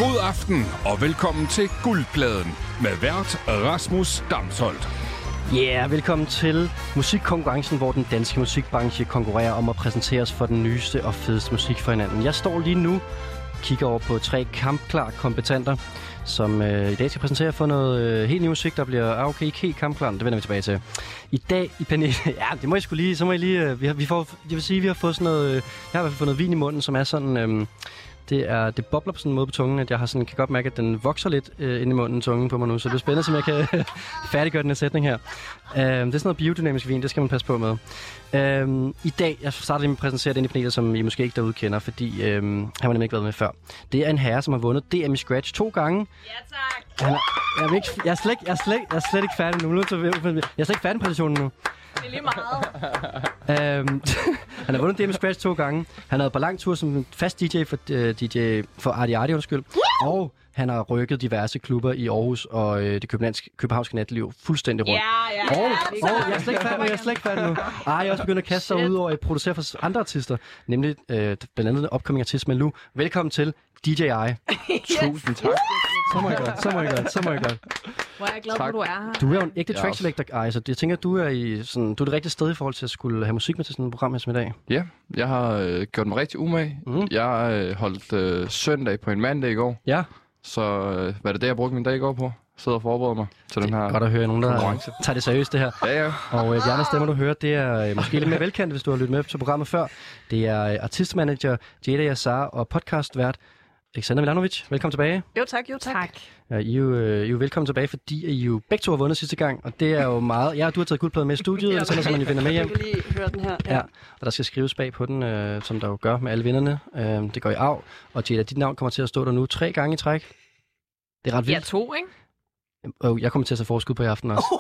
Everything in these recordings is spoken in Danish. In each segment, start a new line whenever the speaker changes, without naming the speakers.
God aften og velkommen til Guldpladen med vært Rasmus Damsholdt.
Velkommen til musikkonkurrencen, hvor den danske musikbranche konkurrerer om at præsenteres for den nyeste og fedeste musik for hinanden. Jeg står lige nu, kigger over på 3 kampklar kompetenter, som i dag skal præsentere for noget helt ny musik, der bliver okay, ikke helt kampklar. Det vender vi tilbage til. I dag i panelet, det må I sgu lige, så må I lige, vi har fået sådan noget, jeg har i hvert fald fået noget vin i munden, som er sådan, det bobler på sådan en måde på tungen, at jeg har sådan, kan godt mærke, at den vokser lidt ind i munden, tungen på mig nu, så det er spændende, som jeg kan færdiggøre den her sætning her. Det er sådan noget biodynamisk vin, det skal man passe på med. I dag, jeg starter med at præsentere den i panelet, som I måske ikke derude kender, fordi han har nemlig ikke været med før. Det er en herre, som har vundet DM i Scratch 2 gange.
Ja, tak.
Jeg er slet ikke færdig nu. Jeg er slet ikke færdig med præsentationen nu.
Det er lige meget.
Han har vundet DM i Scratch 2 gange. Han har været på lang tur som fast DJ for Arti Arti, undskyld. Og han har rykket diverse klubber i Aarhus og det københavnske natliv fuldstændig rundt.
Ja.
Jeg er slet ikke færdig nu. Jeg er også begyndt at kaste sig ud over at producere for andre artister. Nemlig blandt andet den upcoming artist Malou. Velkommen til DJI.
Tusind tak.
Så må jeg godt.
Hvor er jeg glad for, at du er her.
Du er jo en ægte track selector, så jeg tænker, at du er det rigtige sted i forhold til at skulle have musik med til sådan et program her som i dag.
Ja, jeg har gjort mig rigtig umage. Jeg holdt søndag på en mandag i går.
Ja.
Så hvad er det, jeg brugte min dag i går på? Sidder og forbereder mig til den her
godt at høre nogen, der tager det seriøst, det her.
Ja.
Og de andre stemmer, du hører, det er måske lidt mere velkendt, hvis du har lyttet med til programmet før. Det er artistmanager Jada Yassar og podcastvært Alexander Milanovic. Velkommen tilbage.
Jo tak.
Ja, I er jo velkommen tilbage, fordi I jo begge to har vundet sidste gang, og det er jo meget... Ja, du har taget guldpladen med i studiet, eller sådan, så man jo vinder med hjem.
Jeg kan lige høre den her.
Ja, og der skal skrives bag på den, som der jo gør med alle vinderne. Det går i arv, og Jada, dit navn kommer til at stå der nu 3 gange i træk. Det er ret vildt.
Ja, 2, ikke?
Jeg kommer til at tage forskud på i aften også.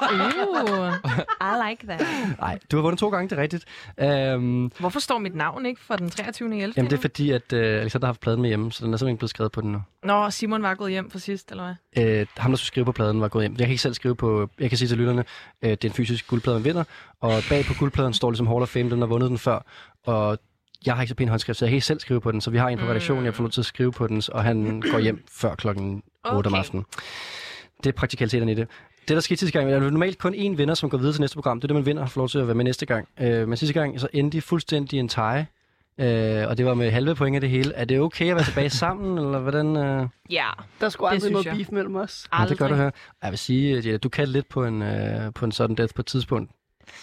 I like that.
Nej, du har vundet 2 gange, det er rigtigt.
Hvorfor står mit navn ikke for den 23. 11.
Jamen, det er fordi, at Alexander har haft pladen med hjemme, så den er simpelthen blevet skrevet på den nu.
Nå, Simon var gået hjem for sidst, eller hvad?
Ham, der skulle skrive på pladen, var gået hjem. Jeg kan ikke selv skrive på... Jeg kan sige til lytterne, det er en fysisk guldplade, man vinder, og bag på guldpladen står ligesom Hall of Fame, den har vundet den før, og jeg har ikke så pæn håndskrift, så jeg kan ikke selv skrive på den, så vi har en på redaktionen, jeg får nødt til at skrive på den, og han går hjem før klokken 8 om aftenen. Det er praktikaliteterne i det. Det, der skete sidste gang, er normalt kun én vinder, som går videre til næste program. Det er det, man vinder og får lov til at være med næste gang. Men sidste gang, så endte de fuldstændig en tie. Og det var med halve point af det hele. Er det okay at være tilbage sammen, eller hvordan?
Ja,
der skulle aldrig noget beef mellem os.
Ja, det gør du her. Jeg vil sige, at du kan lidt på en sådan death på et tidspunkt.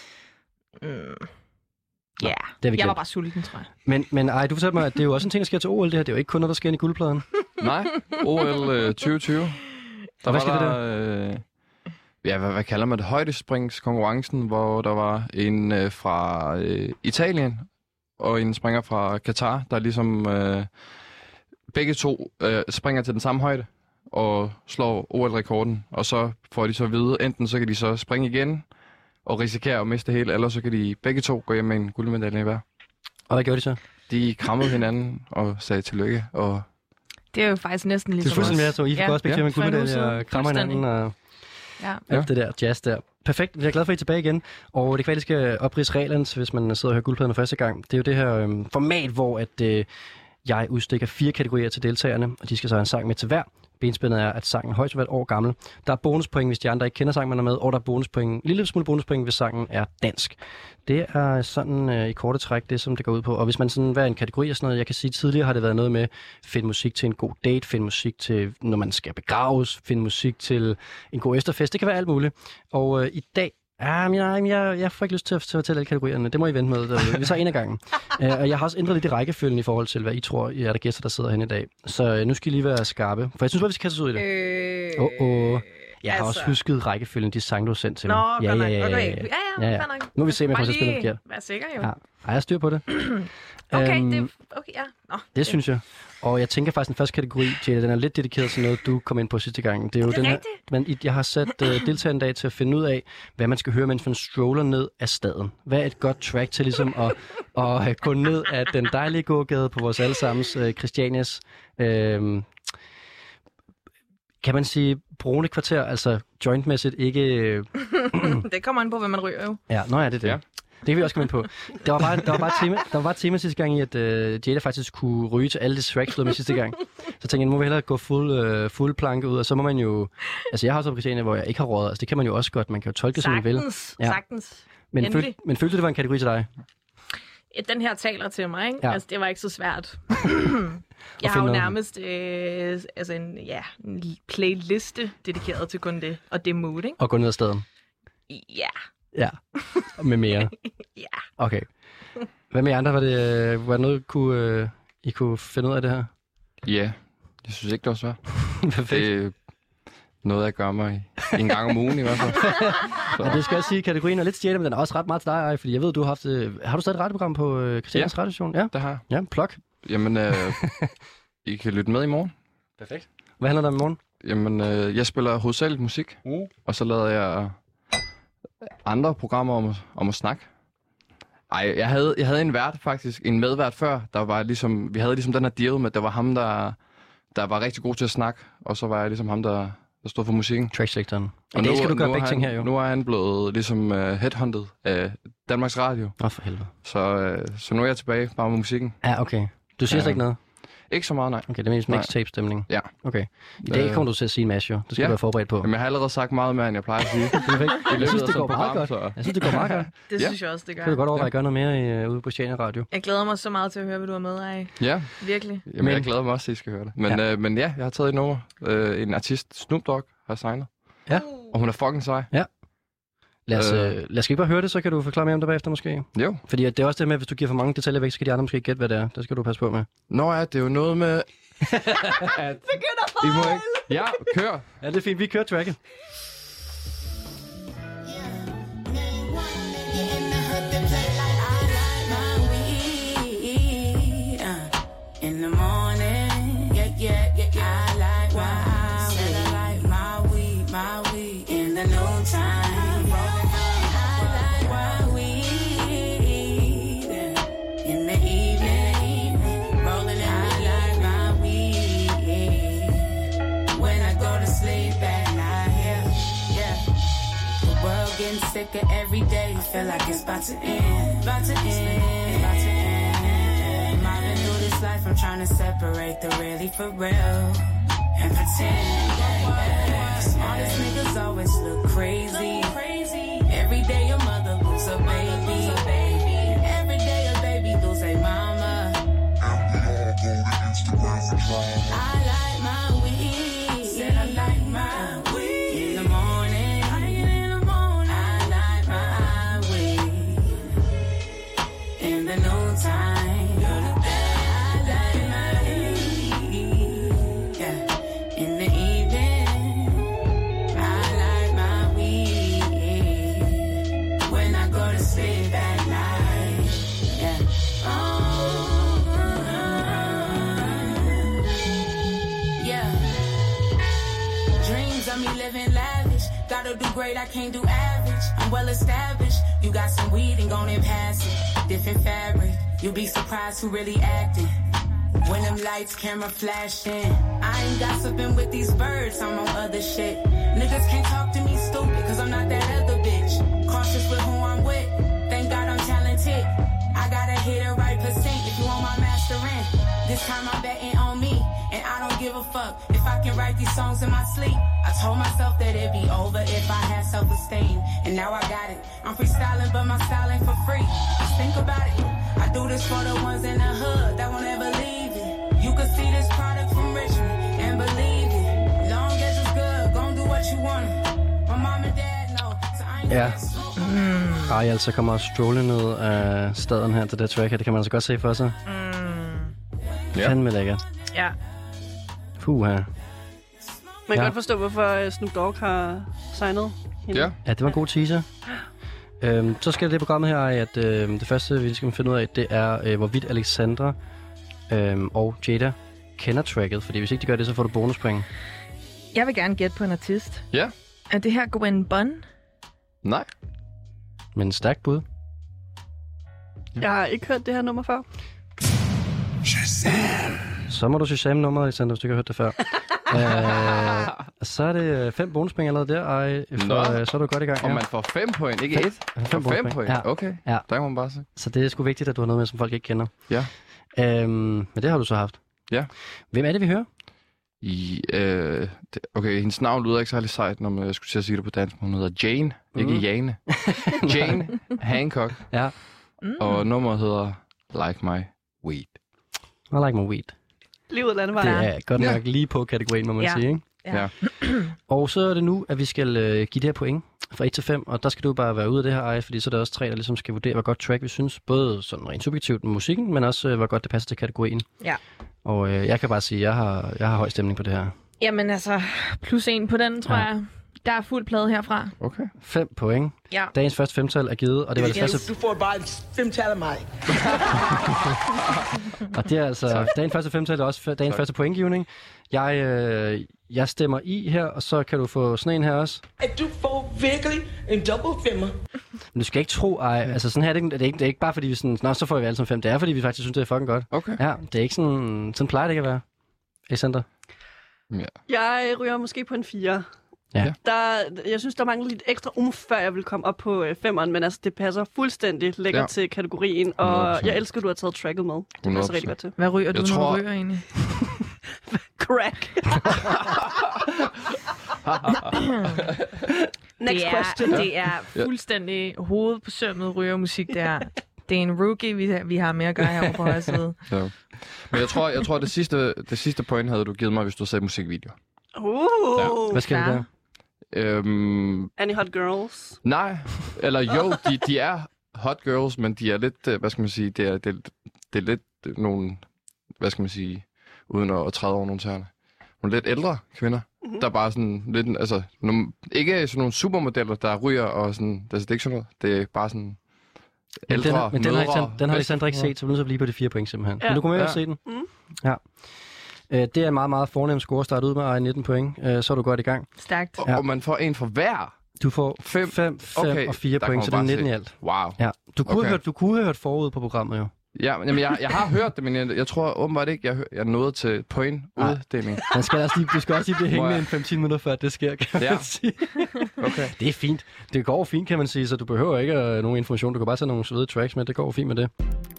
Ja, jeg var bare sulten, tror jeg.
Men du fortalte mig, at det er jo også en ting, der sker til OL, det her. Det er jo ikke kun noget, der sker i guldpladen.
Nej, OL 2020.
Hvad skal det der?
Hvad kalder man det? Højdespringskonkurrencen, hvor der var en fra Italien og en springer fra Katar, der ligesom begge to springer til den samme højde og slår OL-rekorden. Og så får de så at vide, enten så kan de så springe igen og risikere at miste helt, eller så kan de begge to gå hjem med en guldmedalje i hver.
Og hvad gjorde de så?
De krammede hinanden og sagde tillykke. Og
det er jo faktisk næsten ligesom
det er fuldstændig mere, så I får også begge med en guldmedalje og krammer hinanden og alt det der jazz der. Perfekt, jeg er glad for, at I er tilbage igen. Og det kan være, at I skal opridse reglerne, hvis man sidder og hører guldpladen første gang. Det er jo det her format, hvor at, jeg udstikker 4 kategorier til deltagerne, og de skal så have en sang med til hver. Benspændet er, at sangen højst vil være et år gammel. Der er bonuspoint, hvis de andre ikke kender sangen, man er med, og der er bonuspoint, en lille smule bonuspoint, hvis sangen er dansk. Det er sådan i korte træk det, som det går ud på. Og hvis man sådan, hvad er en kategori og sådan noget, jeg kan sige, tidligere har det været noget med find musik til en god date, find musik til, når man skal begraves, find musik til en god efterfest. Det kan være alt muligt. Og i dag, jeg får ikke lyst til at fortælle alle kategorierne. Det må I vente med. Vi tager en af gangen. Og jeg har også ændret lidt i rækkefølgen i forhold til, hvad I tror, I er der gæster, der sidder herinde i dag. Så nu skal I lige være skarpe. For jeg synes bare, vi skal kaste os ud i det. Jeg har også husket rækkefølgen, de sang, du har sendt til mig.
Ja.
Nu vil vi se, om jeg kommer til at spille forkert.
Vær sikker, jo.
Ja. Har jeg styr på det?
Okay,
det synes jeg. Og jeg tænker faktisk, den første kategori, Jada, den er lidt dedikeret til noget, du kom ind på sidste gang. Det er jo den her, men jeg har sat deltagerne en dag til at finde ud af, hvad man skal høre, mens man stroller ned af staden. Hvad er et godt track til ligesom at gå ned af den dejlige gågade på vores allesammens Christianias, kan man sige, brune kvarter, altså jointmæssigt ikke...
Det kommer an på, hvad man ryger jo.
Ja, det er det. Ja. Det kan vi også komme ind på. Der var bare et tema sidste gang i, at Jada faktisk kunne ryge til alle de tracks, med sidste gang. Så tænkte jeg, nu må vi hellere gå fuld planke ud, og så må man jo... Altså, jeg har også Christiania, hvor jeg ikke har røget. Altså, det kan man jo også godt. Man kan jo tolke det, som man vil.
Sagtens.
Men følte du, det var en kategori til dig?
Ja, den her taler til mig, ikke? Ja. Altså, det var ikke så svært. Jeg har jo nærmest en playliste dedikeret til kun det, og det mood, ikke?
Og gå ned ad stedet?
Ja.
Ja, med mere?
Ja.
Okay. Hvad med andre? Var det noget, I kunne finde ud af det her?
Ja, jeg synes ikke, det var svært. Det er noget, jeg gør mig en gang om ugen i hvert fald.
Ja, det skal jeg sige, kategorien er lidt stjælet, men den er også ret meget til dig, fordi jeg ved, du har haft... Har du stadig et radioprogram på Christianias radiostation?
Ja, det har jeg.
Ja, plug.
Jamen, I kan lytte med i morgen.
Perfekt. Hvad handler der om i morgen?
Jamen, jeg spiller hovedsageligt musik, og så lavede jeg andre programmer om at snakke. Ej, jeg havde en vært faktisk, en medvært før, der var ligesom, vi havde ligesom den her deal med, der var ham, der var rigtig god til at snakke, og så var jeg ligesom ham, der stod for musikken.
Tracksektoren. Og det skal du gøre begge ting her jo.
Nu er han blevet ligesom headhunted af Danmarks Radio.
For helvede.
Så nu er jeg tilbage bare med musikken.
Ja, okay. Du siger slet ikke noget?
Ikke så meget, nej.
Okay, det er mest mixtape-stemning.
Ja.
Okay. I dag kommer du til at sige en masse, jo. Det skal du være forberedt på.
Jamen, jeg har allerede sagt meget mere, end jeg plejer at sige.
Jeg synes, det går meget godt. Jeg synes, det går meget godt.
Det synes jeg også, det gør.
Kan du godt overveje at gøre noget mere ude på Christiania Radio?
Jeg glæder mig så meget til at høre, hvad du har med af.
Ja.
Virkelig.
Jamen, jeg glæder mig også til, at I skal høre det. Men jeg har taget et nummer. En artist, Snoop Dogg, har signet.
Ja.
Og hun er fucking sej.
Ja. Lad os ikke bare høre det, så kan du forklare mere om det bagefter måske.
Jo.
Fordi det er også det med, at hvis du giver for mange detaljer væk, så kan de andre måske ikke gætte, hvad det er. Det skal du passe på med.
Nå ja, det er jo noget med... at I må ikke... Ja, kør.
Ja, det er fint. Vi kører tracket.
Sick of every day, feel like it's about to end, about to end, about to end. Mobbing through this life, I'm trying to separate the really for real and pretend. Smartest niggas always look crazy. Every day your mother lose a baby. Every day a baby lose a mama. I like my weed. Said I like my weed. In the morning. The noontime, I like my weed. Yeah, in the evening, I like my weed. When I go to sleep at night, yeah. Yeah. Dreams of me living lavish. Gotta do great, I can't do average. I'm well established. You got some weed and gon' and pass it. Different fabric, you'll be surprised who really acting. When them lights, camera flashing, I ain't gossiping with these birds, I'm on other shit. Niggas can't talk to me stupid, cause I'm not that other bitch. Cautious with who I'm with, thank God I'm talented. I gotta hit a right percent if you want my mastering. This time I'm betting on me, and I don't give a fuck if I can write these songs in my sleep. I told myself that it'd be over if I had self-esteem, and now I got it. I'm freestyling, but my style ain't for free. Just think about it. I do this for the ones in the hood that won't ever leave it. You can see this product from Richmond and believe it. Long as it's good, gon' do what you want. My mom and dad know, so I ain't
Ej, altså kommer stråle ned af staden her til det track her. Det kan man altså godt se for sig. Fandme lækkert.
Ja.
Puha.
Man kan godt forstå, hvorfor Snoop Dogg har signet hende.
Ja, det var en god teaser. Så skal det programmet her, at det første, vi skal finde ud af, det er, hvorvidt Alexandra og Jada kender tracket. Fordi hvis ikke de gør det, så får du bonuspoint.
Jeg vil gerne gætte på en artist.
Ja.
Er det her Gwen Bunn?
Nej.
Men stærkt bud.
Jeg har ikke hørt det her nummer før.
Shazam! Så må du Shazam nummeret, Alexander, hvis du ikke har hørt det før. Så er det 5 bonuspoint allerede der, så er du godt i gang.
Og man får 5 point, ikke 1? 5 point? Ja. Okay, der kan man bare se.
Så det er sgu vigtigt, at du har noget med, som folk ikke kender.
Ja.
Men det har du så haft.
Ja.
Hvem er det, vi hører?
Okay, hendes navn lyder ikke særlig sejt, når jeg skulle til at sige det på dansk. Hun hedder Jane, ikke Jane. Jane Hancock.
Ja.
Og nummeret hedder Like My Weed.
I like my weed.
Lige ud af landevejen.
Det er godt nok lige på kategorien, må man sige, ikke?
Ja.
Og så er det nu, at vi skal give det her point fra 1 til 5, og der skal du bare være ude af det her, fordi så er der også 3, der ligesom skal vurdere, hvor godt track vi synes, både sådan rent subjektivt med musikken, men også hvor godt det passer til kategorien. Ja. Og jeg kan bare sige, at jeg har høj stemning på det her.
Jamen altså, +1 på den, tror jeg. Der er fuld plade herfra.
Okay.
5 point. Ja. Dagens første femtal er givet, og det var det første...
Du får bare et femtal af mig.
Og det er altså... Dagens første femtal er også dagens første pointgivning. Jeg stemmer i her, og så kan du få sådan en her også.
At du får virkelig en double femmer.
Men du skal ikke tro, altså sådan her, det er ikke bare fordi vi sådan... Nå, så får vi alle sammen 5. Det er fordi vi faktisk synes, det er fucking godt.
Okay.
Ja, det er ikke sådan... Sådan plejer det ikke at være. Alexander?
Ja. Jeg ryger måske på en 4.
Ja.
Jeg synes, der mangler lidt ekstra før jeg vil komme op på 5'eren, men altså, det passer fuldstændig lækkert til kategorien, og 100%. Jeg elsker, at du har taget tracket med. Det passer rigtig godt til.
Hvad ryger du, når du ryger egentlig?
Crack. Next question.
Det er fuldstændig hovedet på sømmet rygermusik, det er. Det er en rookie, vi har med at gøre herovre på højre side.
Ja. Men jeg tror det sidste point havde du givet mig, hvis du sagde musikvideo.
Hvad skal det der?
Any hot girls?
Nej, eller jo, de er hot girls, men de er lidt, hvad skal man sige, det er lidt nogle, hvad skal man sige, uden at træde over nogle tæerne. Nogle lidt ældre kvinder, der er bare sådan lidt, altså, ikke sådan nogle supermodeller, der ryger og sådan, altså, det er ikke sådan noget, det er bare sådan ældre
men den har Alexander ikke set, så vi er nødt til at blive på de 4 point simpelthen. Ja. Men du kommer med at se den. Ja. Det er en meget, meget fornem score at starte ud med, 19 point. Så er du godt i gang.
Stærkt.
Og man får en for hver?
Du får 5 og 4 point, så det er 19 i alt.
Wow.
Ja. Du kunne have hørt forud på programmet jo.
Ja, men jeg har hørt det, men jeg tror åbenbart ikke, jeg nåede til point-uddeling.
Du skal også lige blive hængende 5-10 minutter før det sker, kan man sige.
Okay.
Det er fint. Det går fint, kan man sige, så du behøver ikke nogen information. Du kan bare tage nogle søde tracks med. Det går fint med det.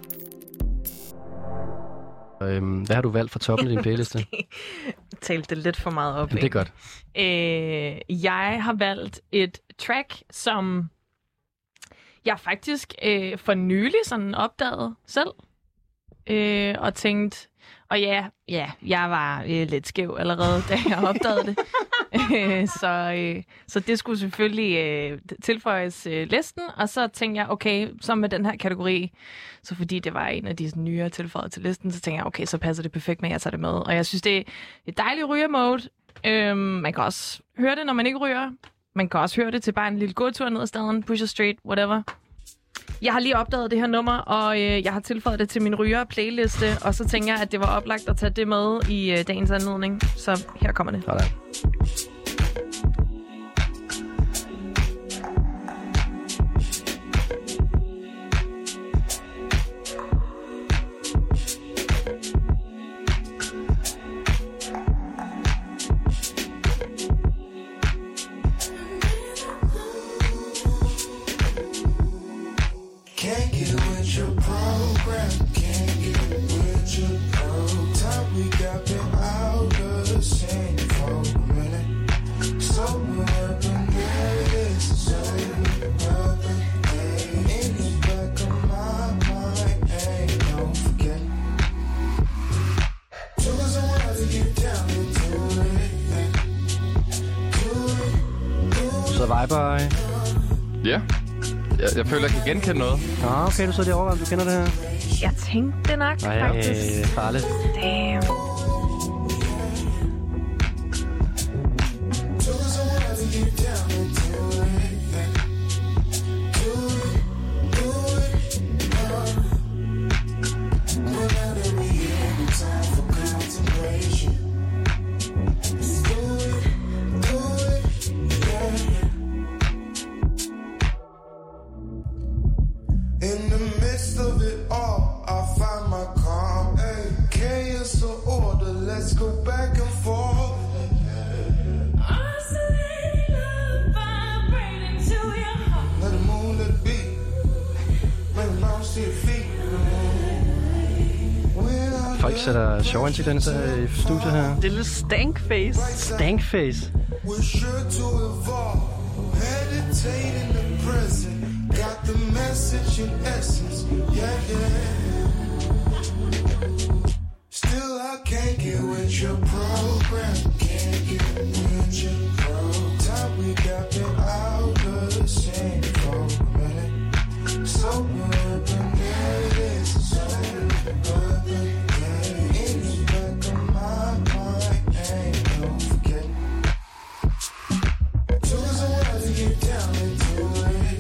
Hvad har du valgt fra toppen af din playliste?
Talte det lidt for meget op.
Jamen, det er godt.
Jeg har valgt et track, som jeg faktisk for nylig sådan opdagede selv. Og tænkte, og jeg var lidt skæv allerede, da jeg opdagede det. Så det skulle selvfølgelig tilføjes listen, og så tænkte jeg, okay, så med den her kategori, så fordi det var en af de nyere tilføjet til listen, så tænkte jeg, okay, så passer det perfekt med, at jeg tager det med. Og jeg synes, det er et dejligt rygermode. Man kan også høre det, når man ikke ryger. Man kan også høre det til bare en lille gåtur ned ad staden, Pusher Street, whatever. Jeg har lige opdaget det her nummer, og jeg har tilføjet det til min ryger-playliste, og så tænker jeg, at det var oplagt at tage det med i dagens anledning. Så her kommer det.
Sådan.
Ja. Jeg føler, jeg kan genkende noget.
Okay, du så lige overvejer, om du kender det her.
Jeg tænkte det nok, faktisk.
Farligt.
Damn.
Folk sætter sjove ansigter ind i studiet her.
Det er lidt stankface.
Stankface.
Got the message in essence, yeah. Still I can't get with your program. Can't get with your program. Time we got been out of the same for a minute. So urban, yeah, it is. So urban, yeah. In the back of my mind, ain't no forgetting. Tools are what to get down into it.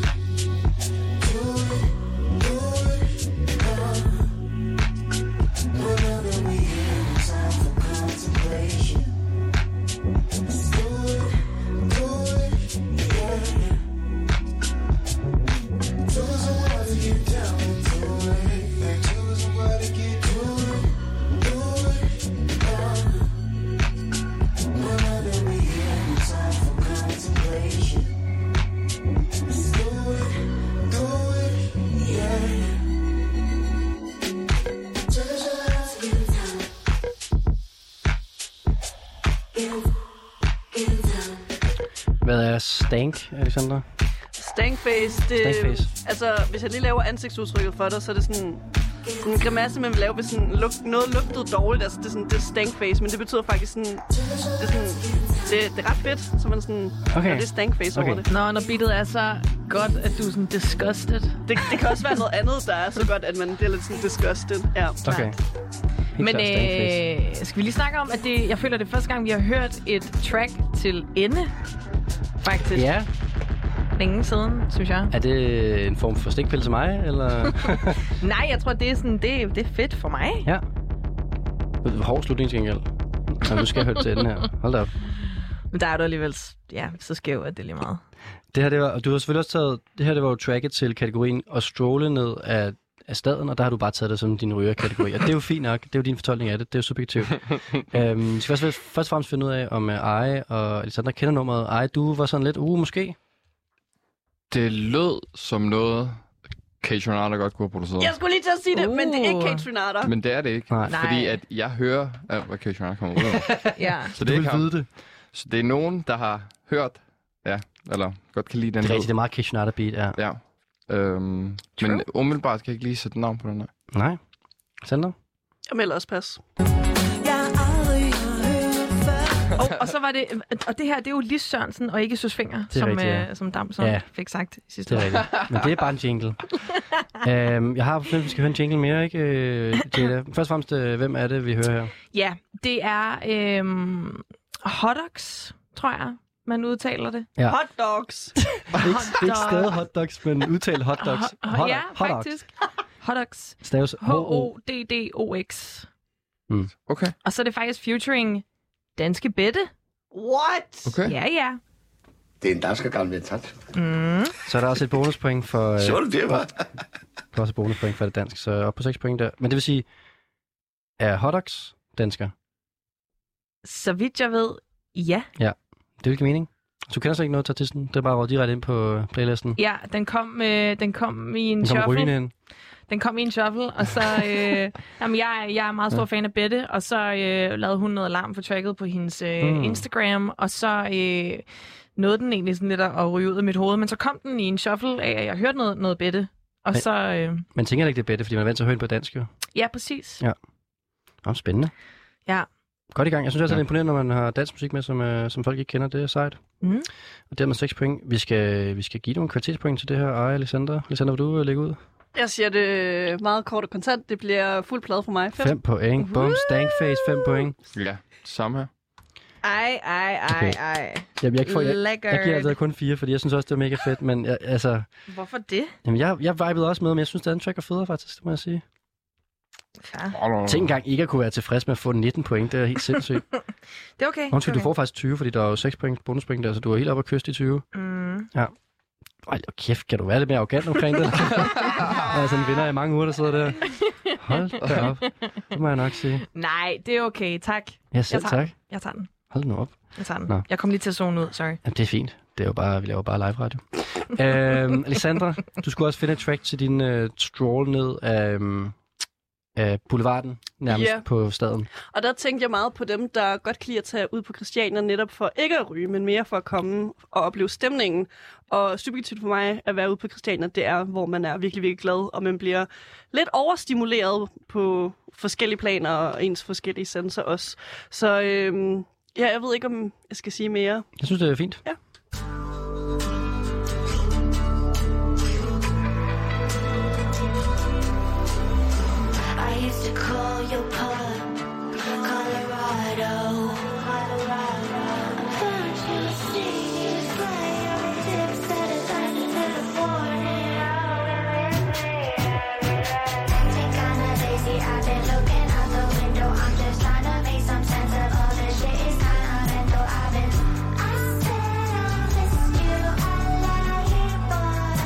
Hvad er stank, Alexander?
Stankface, altså hvis jeg lige laver ansigtsudtrykket for dig, så er det sådan en grimasse, man vil lave, hvis sådan noget lugtede dårligt. Altså det er sådan, det er stankface, men det betyder faktisk sådan, det er ret fedt, så man sådan, det er stankface over det.
Nå, når beatet er så godt, at du er sådan disgusted.
Det kan også være noget andet, der er så godt, at man bliver lidt sådan disgusted. Ja.
Okay.
Men skal vi lige snakke om, at jeg føler, det er første gang, vi har hørt et track til ende, faktisk.
Ja.
Længe siden, synes jeg.
Er det en form for stikpille til mig, eller?
Nej, jeg tror, det er sådan, det er fedt for mig.
Ja. Hård slutningsgengæld. Så nu skal jeg høre til enden her. Hold da op.
Men der er du alligevel, så skæv, at det er lige meget.
Det her, du har selvfølgelig også taget, det her, det var jo tracket til kategorien at strolle ned af staden, og der har du bare taget det som din rygerkategori. Og det er jo fint nok. Det er jo din fortolkning af det. Det er jo subjektivt. Vi skal først og fremmest finde ud af, om Aje og Alexander kender nummeret. Aje, du var sådan lidt, måske?
Det lød som noget, Kate Renata godt kunne have produceret.
Jeg skulle lige til at sige det, men det er ikke Kate Renata.
Men det er det ikke.
Nej.
Fordi at jeg hører, hvad Kate Renata kommer ud af.
Ja.
Så det er ikke
vide det.
Så det er nogen, der har hørt, eller godt kan lide den.
Det er rigtigt, det er meget Kate Renata beat, ja.
Men umiddelbart kan jeg ikke lige sætte navn på den her.
Nej. Sander?
Jeg melder også pas.
Og så var det, og det her, det er jo Lis Sørensen og ikke Søs Fenger, som Damson fik sagt sidste år.
Det er rigtigt. Men det er bare en jingle. Jeg har forstået, at vi skal høre en jingle mere, ikke, Jada? Først og fremmest, hvem er det, vi hører her?
Ja, det er Hotdogs, tror jeg, man udtaler det.
Ja.
Hotdogs.
ikke stadig hotdogs, men udtalt hotdogs.
Ja, faktisk. Hotdogs.
Staves
H-O-D-D-O-X.
Okay.
Og så er det faktisk featuring Danske Bette.
What?
Okay.
Ja.
Det er en dansk gammel tæt.
Så er der også et bonuspoint for...
Så det var.
Der er også et bonuspoint for det dansk, så op på 6 point der. Men det vil sige, er hotdogs dansker?
Så vidt jeg ved, ja.
Ja, det er ikke mening. Du kender så ikke noget til artisten? Det er bare direkte ind på playlisten.
Ja, den kom i en shuffle. Den kom i en shuffle, og så... jamen, jeg er meget stor fan af Bette, og så lavede hun noget alarm for tracket på hendes Instagram, og så nåede den egentlig sådan lidt at ryge ud af mit hoved, men så kom den i en shuffle af, at jeg hørte noget Bette, og så...
Man tænker ikke, det er Bette, fordi man er vant til at høre på dansk, jo.
Ja, præcis.
Ja. Spændende.
Ja.
Godt i gang. Jeg synes også, det er imponerende, når man har dansk musik med, som folk ikke kender. Det er sejt. Og dermed 6 point. Vi skal give nogle kvalitetspoint til det her. Alexander, vil du lægge ud?
Jeg siger det meget kort og kontant. Det bliver fuld plade for mig.
5 point. Bum, stankface, 5 point.
Ja, samme her.
Ej.
Jamen, jeg giver altid kun 4, fordi jeg synes også, det er mega fedt. Men
hvorfor det?
Jamen, jeg vibede også med, men jeg synes, det er en track er federe, faktisk, det må jeg sige.
Ja.
Tænk engang ikke at kunne være tilfreds med at få 19 point. Det er helt sindssygt.
Det er okay.
Du får faktisk 20, fordi der er jo 6 point bonuspoint der, så du er helt oppe at kyste i 20. Ja. Ej, kæft, kan du være lidt mere arrogant omkring det? Altså, en vinder i mange uger, der sidder der. Hold da op. Det må jeg nok sige.
Nej, det er okay. Tak.
Ja, selv tak.
Jeg tager den.
Hold nu op.
Jeg tager den. Nå. Jeg kom lige til at zone ud, sorry.
Jamen, det er fint. Det er jo bare, vi laver bare live radio. Alexandra, du skulle også finde et track til din stroll ned af boulevarden, nærmest på staden.
Og der tænkte jeg meget på dem, der godt kan lide at tage ud på Christiania, netop for ikke at ryge, men mere for at komme og opleve stemningen. Og subjektivt for mig at være ude på Christiania, det er, hvor man er virkelig, virkelig glad, og man bliver lidt overstimuleret på forskellige planer og ens forskellige sanser også. Så jeg ved ikke, om jeg skal sige mere.
Jeg synes, det er fint.
Ja.
I used to call your pub Colorado. Can't you see it's like every tip said it's nice to the morning. Acting kinda lazy, I've been looking out the window. I'm just trying to make some sense of all this shit. It's kinda mental. I said I missed you, I lied, but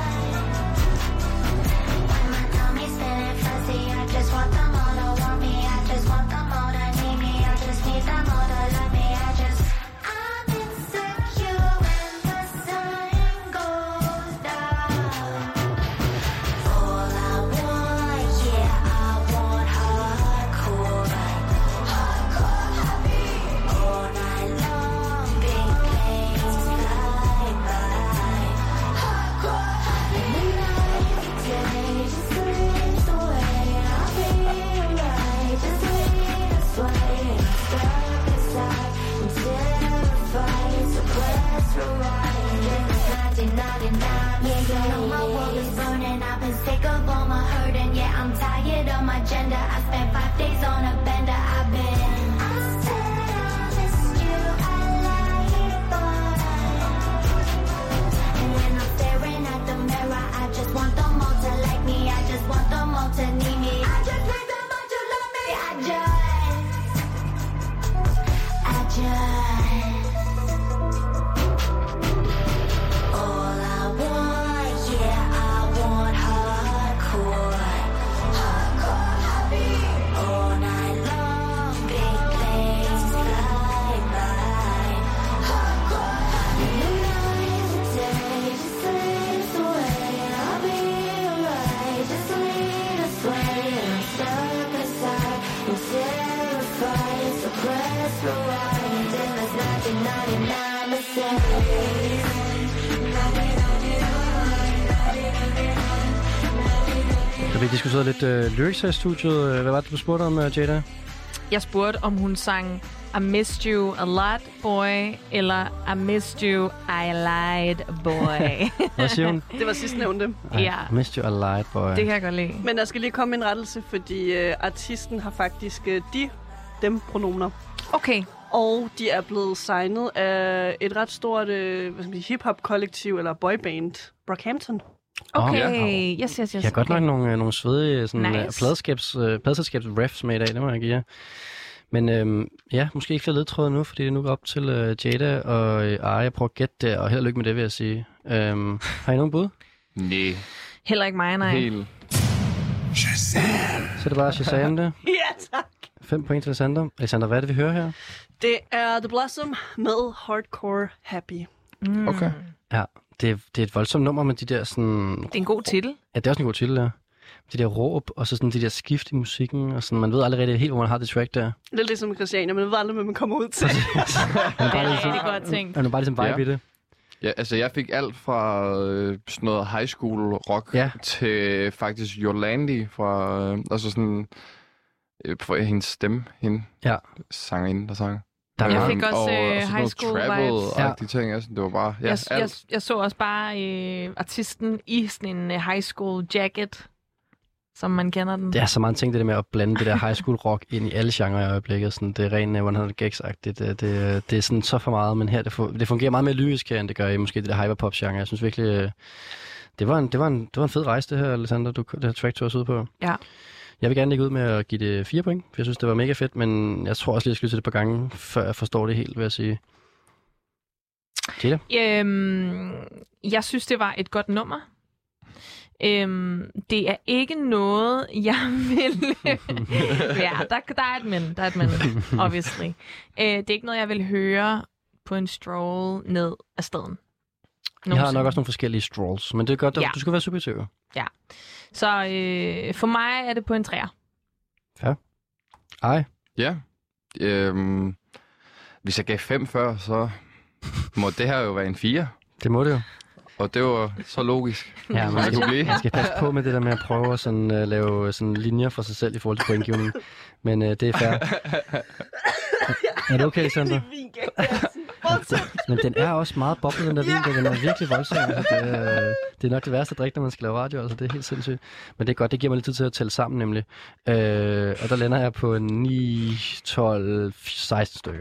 when my tummy's feeling fuzzy, I just want them all to want me. I just want them all to need me. I just need them all to love me. I'm insecure when the sun goes down. All I want, yeah, I want hardcore, happy all night long. Big planes fly by, hardcore happy. Day just slips away. I'll be right. Just lead us way. Stuck inside. I'm terrified. So press rewind. It's 1999. Yeah, you know my world is burning. I've been sick of all my hurting. Yeah, I'm tired of my gender. I spent 5 days on a bender. I said I missed you. I lied, but and when I'm staring at the mirror, I just want them all to like me. I just want them all to need me. I just need them all to love me. I just all I want, yeah, I want hardcore happy all night long. Big planes fly by, hardcore happy. Day just slips away. I'll be right. Just lead us way. I'm stuck inside. I'm terrified. So press rewind. And that's 1999.
Så vi diskuterede lidt lyrics her i studiet. Hvad var det, du spurgte om, Jada?
Jeg spurgte, om hun sang I missed you a lot, boy, eller I missed you, I lied, boy.
Hvad siger hun?
Det var sidstnævnte.
Ja.
I missed you a lied, boy.
Det kan jeg godt lide.
Men jeg skal lige komme med en rettelse, fordi artisten har faktisk dem pronomener.
Okay.
Og de er blevet signet af et ret stort hip-hop-kollektiv eller boyband, Brockhampton.
Okay, yes.
Jeg har godt nok nogle svedige
nice.
pladselskabs-refs med i dag, det må jeg give jer. Men måske ikke flere ledtråde nu, fordi det er nu op til Jada og jeg prøver at gætte det, og held og lykke med det, vil jeg sige. Har I nogen bud?
Nej.
Heller ikke mig, nej.
Helt.
Så er det bare Shazam det.
Ja, tak.
5 point til Alexander. Alexander, hvad er det, vi hører her?
Det er The Blossom med Hardcore Happy.
Okay.
Ja, det er et voldsomt nummer med de der sådan...
Det er en god titel.
Ja, det er også en god titel, ja. De der råb, og så sådan de der skift i musikken, og sådan, man ved aldrig rigtig helt, hvor man har det track der.
Lidt ligesom Christiania, man ved aldrig, hvad man kommer ud til.
Det er rigtig godt tænkt.
Man er bare ligesom vibe i det.
Ja, altså jeg fik alt fra sådan noget high school rock til faktisk Jolandi fra, altså sådan, for hendes stemme, hende, sangerinde, der sang.
Jeg fik også high school vibes.
Ja. De ting, altså, det var bare,
jeg så også bare artisten i sådan en high school jacket, som man kender den.
Det er så mange ting, det der med at blande det der high school rock ind i alle genrer i øjeblikket. Sådan, det er rent 100 gags-agtigt. Det er sådan så for meget, men her det fungerer meget mere lyrisk her, end det gør i måske det der hyperpop-genre. Jeg synes virkelig, det var en fed rejse, det her, Alexander, det her track, du har siddet på.
Ja.
Jeg vil gerne lægge ud med at give det 4 point, for jeg synes, det var mega fedt, men jeg tror også lige, jeg skal lytte til det et par gange, før jeg forstår det helt, vil jeg sige. Jada?
Jeg synes, det var et godt nummer. Det er ikke noget, jeg vil... ja, der er et men, obviously. Det er ikke noget, jeg vil høre på en stroll ned ad staden.
Jeg har nok også nogle forskellige strolls, men det er godt, du skal være subjektiv.
Ja, så for mig er det på en 3'er.
Ja. Ej.
Ja. Hvis jeg gav 5 før, så må det her jo være en 4.
Det må det jo.
Og det var så logisk.
Ja, man skal passe på med det der med at prøve at sådan, lave sådan linjer for sig selv i forhold til pointgivning. Men det er fair. Er det okay, Sandra? Men den er også meget boblet, den der vin. Den er virkelig voldsom. Altså, det er nok det værste at drikke, når man skal lave radio. Altså, det er helt sindssygt. Men det er godt, det giver mig lidt tid til at tælle sammen, nemlig. Og der lander jeg på 9, 12, 16 stykker.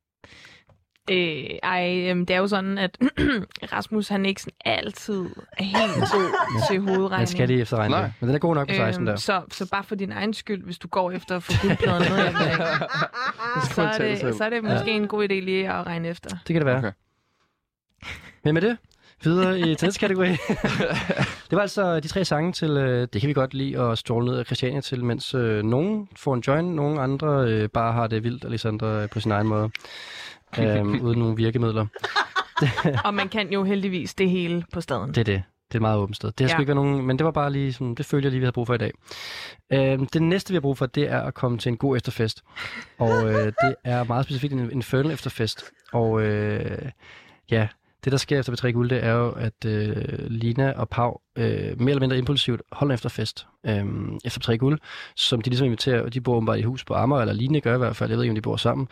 Det er jo sådan, at Rasmus, han ikke sådan altid er helt god til hovedregning.
Han skal lige efterregne det. Men den er god nok på 16 der.
Så bare for din egen skyld, hvis du går efter at få guldpladen med, så er det måske en god idé lige at regne efter.
Det kan det være. Okay. Men med det, videre i testkategori. Det var altså de 3 sange til, det kan vi godt lide at stråle ned af Christiania til, mens nogen får en join, nogen andre bare har det vildt, Alexander, på sin egen måde. Uden nogle virkemidler.
Og man kan jo heldigvis det hele på staden.
Det er det. Det er et meget åbent sted. Det har sgu ikke været nogen, men det var bare lige sådan, det følte jeg lige, vi havde brug for i dag. Det næste, vi har brug for, det er at komme til en god efterfest. Og det er meget specifikt en Infernal efterfest. Og det der sker efter P3 Guld, det er jo, at Lina og Pau mere eller mindre impulsivt holder efterfest efter P3 Guld, som de ligesom inviterer, og de bor åbenbart i hus på Amager, eller Line gør i hvert fald, jeg ved ikke, om de bor sammen.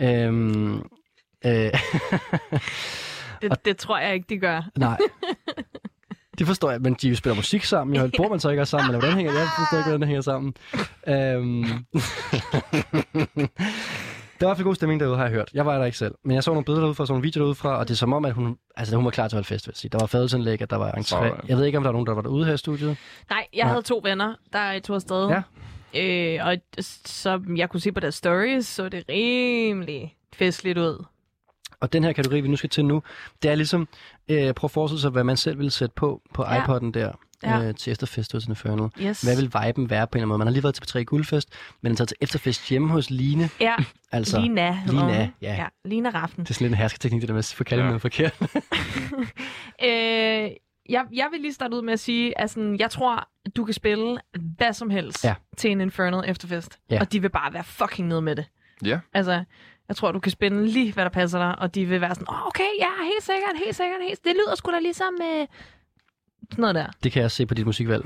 Det tror jeg ikke, de gør.
Nej. Det forstår jeg, men de spiller musik sammen. Jeg bor man så ikke også sammen, eller hvordan hænger jeg? forstår ikke, hvordan det hænger sammen. Det var i hvert fald god stemning derude, har jeg hørt. Jeg var der ikke selv. Men jeg så nogle billeder derude fra, sådan nogle videoer derude fra, og det er som om, at hun var klar til at holde fest, vil jeg sige. Der var fadelsanlæg, at der var entré. Jeg ved ikke, om der var nogen, der var derude her i studiet.
Nej, jeg havde 2 venner, der tog afsted. Ja. Og så jeg kunne se på deres stories, så det rimelig festligt ud. Og
den her kategori, vi nu skal til nu, det er ligesom, prøv at forestille sig, hvad man selv ville sætte på iPod'en der. Til efterfest hos Infernal.
Yes.
Hvad vil viben være på en eller anden måde? Man har lige været til P3 Guldfest, men den tager til efterfest hjemme hos Line.
Ja,
altså,
Lina. Ja, Lina Raften.
Det er sådan lidt en hersketeknik, det der med at få kalde noget forkert.
Jeg vil lige starte ud med at sige, at sådan, jeg tror, du kan spille hvad som helst til en Infernal efterfest. Ja. Og de vil bare være fucking nede med det.
Ja.
Altså, jeg tror, du kan spille lige, hvad der passer dig, og de vil være sådan, okay, ja, helt sikkert. Det lyder sgu da ligesom sådan noget der.
Det kan jeg se på dit musikvalg.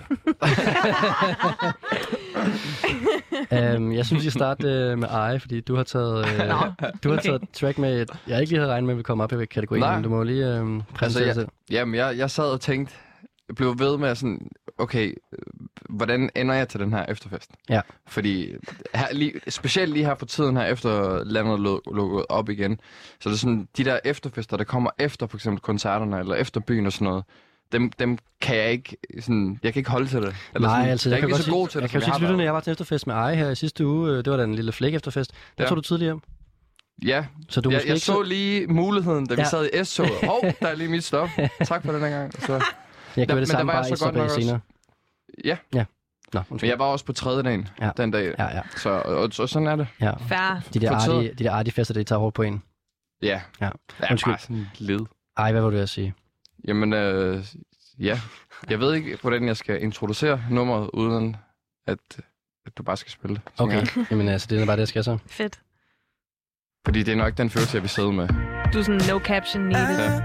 Jeg synes, jeg starter med Eye, fordi du har taget, taget track med, jeg ikke lige havde regnet med, at vi kommer op i kategorien, men du må lige præsentere dig selv.
Jamen, jeg sad og tænkte, jeg blev ved med sådan, okay, hvordan ender jeg til den her efterfest?
Ja.
Fordi specielt lige her for tiden her, efter landet lukket op igen, så det er sådan, de der efterfester, der kommer efter for eksempel koncerterne, eller efter byen og sådan noget, dem kan jeg ikke sådan, jeg kan ikke holde til det. Eller
nej,
sådan,
altså
jeg er ikke så god til det.
Jeg kan jo sige til lytterne, jeg var til efterfest med Eye her i sidste uge. Det var da en lille flæk efterfest. Der tog du tidligere hjem.
Ja,
så du
jeg så lige muligheden, da vi sad i S-toget. Der er lige mit stop. Tak for den her gang. Så.
Jeg kan det samme bare i så senere.
Ja.
Nå,
men jeg var også på 3. dagen den dag.
Ja.
Så sådan er det.
Ja. De der artige fester, de tager hårdt på en.
Ja.
Undskyld.
Bare sådan led.
Ej, hvad vil du sige?
Jamen, ja. Jeg ved ikke, hvordan jeg skal introducere nummeret, uden at du bare skal spille det.
Okay, jamen altså, det er bare det, jeg skal så.
Fedt.
Fordi det er nok den følelse, jeg vil sidde med.
Du er sådan no caption needed.
Ja.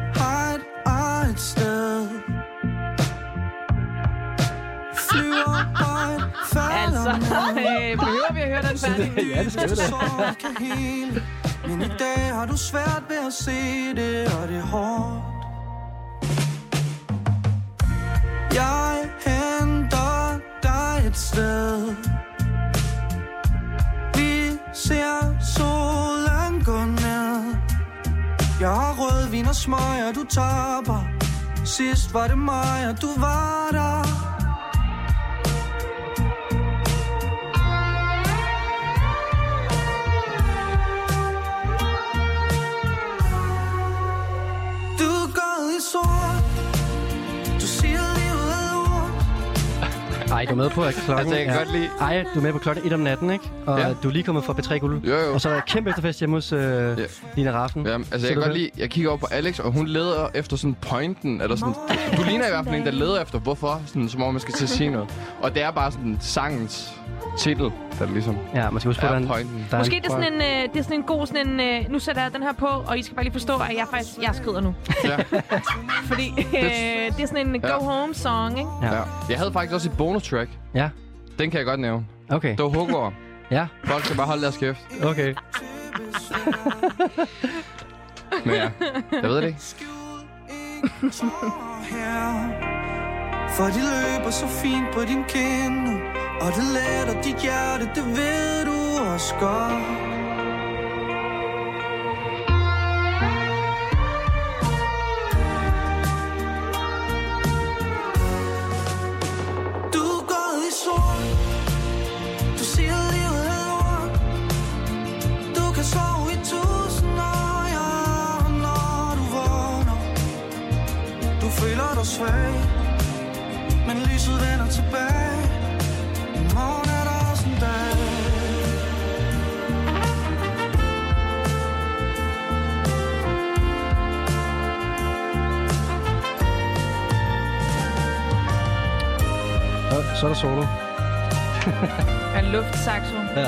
Altså, behøver vi at høre den færdig?
Ja, det skal vi da.
Men i dag har du svært ved at se det, og det er hårdt. Jeg henter dig et sted. Vi ser solen gå ned. Jeg har rødvin og smøger, du tapper. Sidst var det mig, og du var der.
Ej, du er med på klokken.
Altså, jeg kan godt lide...
Ej, du er med på klokken 1 om natten, ikke? Og du er lige kommet fra P3 Guld.
Jo.
Og så er der kæmpe efterfest hjemme hos Lina Raffen.
Ja, altså, jeg kan godt lide... Jeg kigger over på Alex, og hun leder efter sådan pointen, eller sådan... Du ligner i hvert fald en, der leder efter, hvorfor, sådan, som om man skal til at sige noget. Og det er bare sådan sangens titel, der ligesom...
Ja, man skal huske på,
pointen.
Måske det er sådan en god sådan en... Nu sætter jeg den her på, og I skal bare lige forstå, at jeg skrider nu.
Ja.
Fordi det er sådan en go-home-song, ikke?
Ja.
Jeg havde faktisk også et bonus-track.
Ja.
Den kan jeg godt nævne.
Okay.
Det var Hugo.
Ja.
Folk skal bare holde deres kæft.
Okay.
Men ja, jeg ved det ikke.
For de løber så fint på din kind, og det letter dit hjerte, det ved du også godt. Du er gået i sort, du siger livet er lort. Du kan sove i 1000 år, ja, når du vågner. Du føler dig svag, men lyset vender tilbage. I morgen er der også en dag.
Så er der solo.
En luftsaxo.
Ja.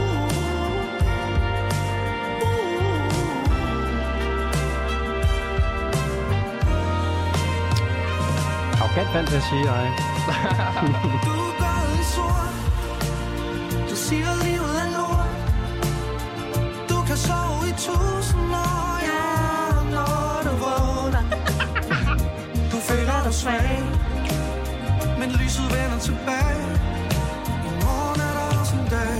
Arrogant band, vil jeg sige, ej.
Du er gået i sort, du siger livet er lort. Du kan sove i 1000 år, ja, når du vågner. Du føler dig svag, men lyset vender tilbage. I morgen er der også en dag.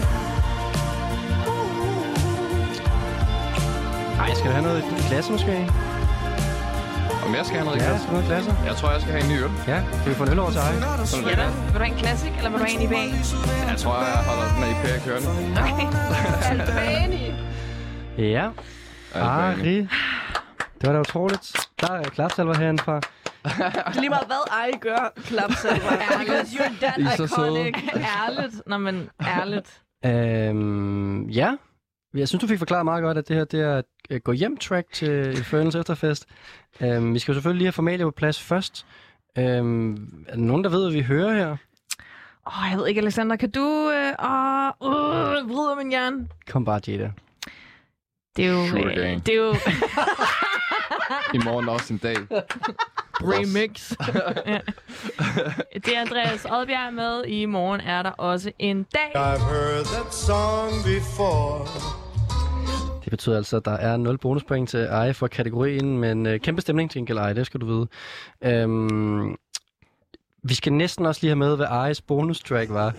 Ej, skal du have noget i klasse måske?
Om jeg skal have noget i
Ja,
klasse?
skal du have noget i klasse?
Jeg tror, jeg skal have en ny øl.
Ja, kan vi få en øl over til ej?
Sådan
Ja da. Vil du have en classic, eller vil du have en IPA?
Jeg tror, jeg holder den her IPA kørende.
Okay. Albani.
Ja. Ari. Det var da utroligt. Der er klapsalver herindefra.
Det er lige meget, hvad ej gør, klapsalver. Because you're that
I er så
iconic.
Ærligt. Nå, men ærligt.
Ja. Jeg synes, du fik forklaret meget godt, at det her det er et gå hjem-track til Infernals efterfest. Vi skal jo selvfølgelig lige have formalia på plads først. Er der nogen, der ved, hvad vi hører her?
Jeg ved ikke, Alexander. Kan du... vrider min hjerne.
Kom bare, Jada.
Det er jo...
Sure gang.
det er jo...
I morgen også en dag.
Remix. Ja. Det er Andreas Odbjerg med. I morgen er der også en dag.
I've heard that song before.
Det betyder altså, at der er 0 bonuspoint til Ej for kategorien, men kæmpe stemning til Ej, det skal du vide. Vi skal næsten også lige have med, hvad Ejs bonustrack var.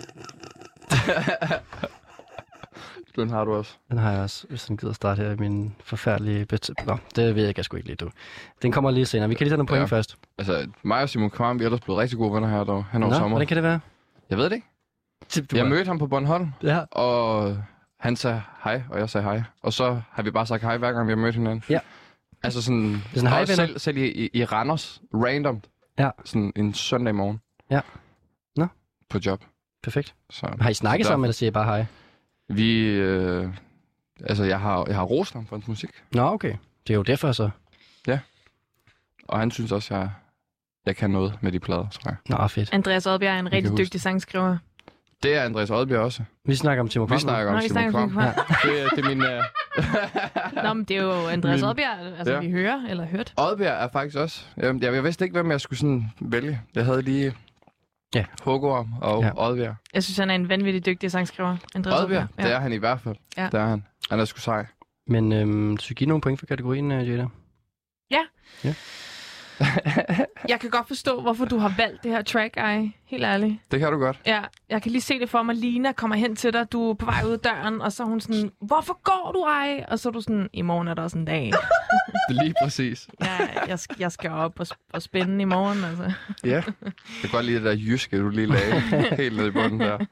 Den har du også.
Den har jeg også, hvis den gider starte her i min forfærdelige... Nå, det ved jeg sgu ikke lige, du. Den kommer lige senere. Vi kan lige tage nogle point først.
Altså, mig og Simon Kvam, vi er ellers blevet rigtig gode venner her dog, hen over sommer.
Hvordan kan det være?
Jeg ved det ikke. Jeg mødte ham på Bornholm, og han sagde hej, og jeg sagde hej. Og så har vi bare sagt hej, hver gang vi har mødt hinanden.
Ja.
Altså sådan...
Det er sådan hej,
selv i Randers, random.
Ja.
Sådan en søndag morgen.
Ja. Nå.
På job.
Perfekt.
Så,
har I snakket sammen, eller siger I bare hej?
Vi... altså, jeg har rost ham for hans musik.
Nå, okay. Det er jo derfor så.
Ja. Og han synes også, jeg kan noget med de plader, tror jeg.
Nå, fedt.
Andreas Odbjerg er en rigtig dygtig sangskriver.
Det er Andreas Odbjerg også.
Vi snakker om Timo Kvam.
Vi snakker om Timo Kvam. Ja. Det er min...
Nå, men det er jo Andreas Odbjerg, altså vi hører, eller hørt.
Odbjerg er faktisk også... Jeg vidste ikke, hvem jeg skulle sådan vælge. Jeg havde lige...
Ja.
Hugo og Odbjerg.
Jeg synes, han er en vanvittig dygtig sangskriver. Andreas
Odbjerg, det er han i hvert fald.
Ja.
Det er han. Han er sgu sej.
Men skal vi give nogle point for kategorien, Jada?
Ja.
Ja.
Jeg kan godt forstå, hvorfor du har valgt det her track, Ej. Helt ærligt.
Det kan du godt.
Ja, jeg kan lige se det for mig. Lina kommer hen til dig, du er på vej ud af døren, og så er hun sådan, hvorfor går du, Ej? Og så er du sådan, i morgen er der også en dag.
Det er lige præcis.
Ja, jeg skal op og spænde i morgen, altså.
Ja, jeg kan godt lide det der jyske, du lige lagde helt ned i bunden der.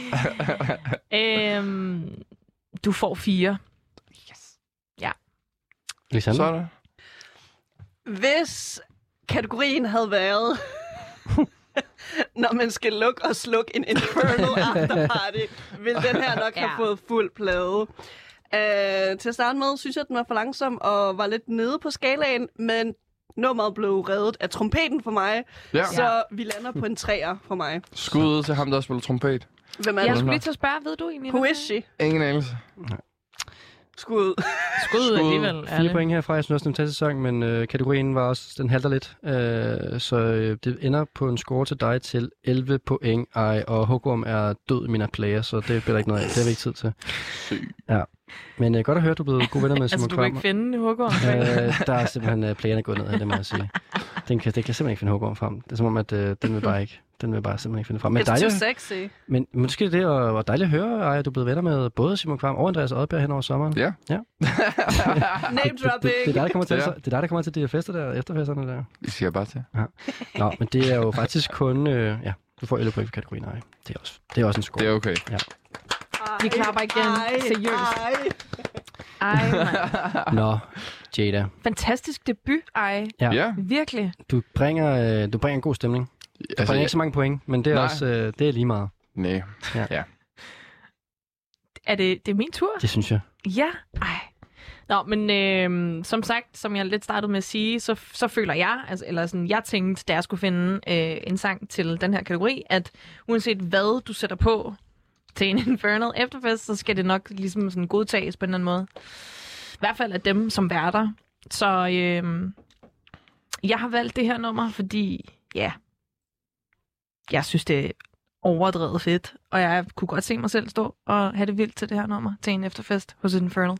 Du får 4. Yes. Ja.
Alexander?
Sådan.
Hvis kategorien havde været når man skal lukke og slukke en Infernal afterparty, vil den her nok have fået fuld plade. Til at starte med, synes jeg, at den var for langsom og var lidt nede på skalaen, men nummeret blev reddet af trompeten for mig, så vi lander på en 3'er for mig.
Skud til ham, der spiller trompet.
Hvem er det?
Jeg skulle lige til at spørge, ved du egentlig?
Who is she?
Ingen anelse.
Skud.
Skud alligevel.
4 point herfra. Jeg synes også, det er en fantastisk sang, men kategorien var også, den halter lidt. Så det ender på en score til dig til 11 point. Og Hugorm er død i mine player, så det bliver der ikke noget af. Det har vi ikke tid til. Ja. Men godt at høre, at du er blevet gode venner med Simon Krammer.
Altså, du kan ikke finde Hugorm?
Der er simpelthen playerne gået ned af, det må jeg sige. Det kan simpelthen ikke finde Hugorm frem. Det er som om, at den vil bare simpelthen ikke finde frem.
Men it's too sexy.
Men måske det var dejligt at høre, at du er blevet venner med både Simon Kvam og Andreas Oddbjerg hen over sommeren.
Ja.
Name dropping.
Det er dig, der kommer til de fester der, efterfesterne der.
I siger bare til.
Ja. Nå, men det er jo faktisk kun... du får 11 point for kategorien, nej. Det er også en score.
Det er okay.
Ja.
Vi klapper igen. Seriøst. Ej,
Nå, Jada.
fantastisk debut,
Ja.
Virkelig.
Du bringer en god stemning. Du bringer ikke så mange point, men det er også det er lige meget.
Nej. Ja.
Er det min tur?
Det synes jeg.
Ja. Nå, men som sagt, som jeg lidt startede med at sige, så føler jeg, jeg tænkte, da jeg skulle finde en sang til den her kategori, at uanset hvad du sætter på til en Infernal efterfest, så skal det nok ligesom sådan godtages på en eller anden måde. I hvert fald af dem som værter. Så jeg har valgt det her nummer, fordi jeg synes, det er overdrevet fedt, og jeg kunne godt se mig selv stå og have det vildt til det her nummer til en efterfest hos Infernal.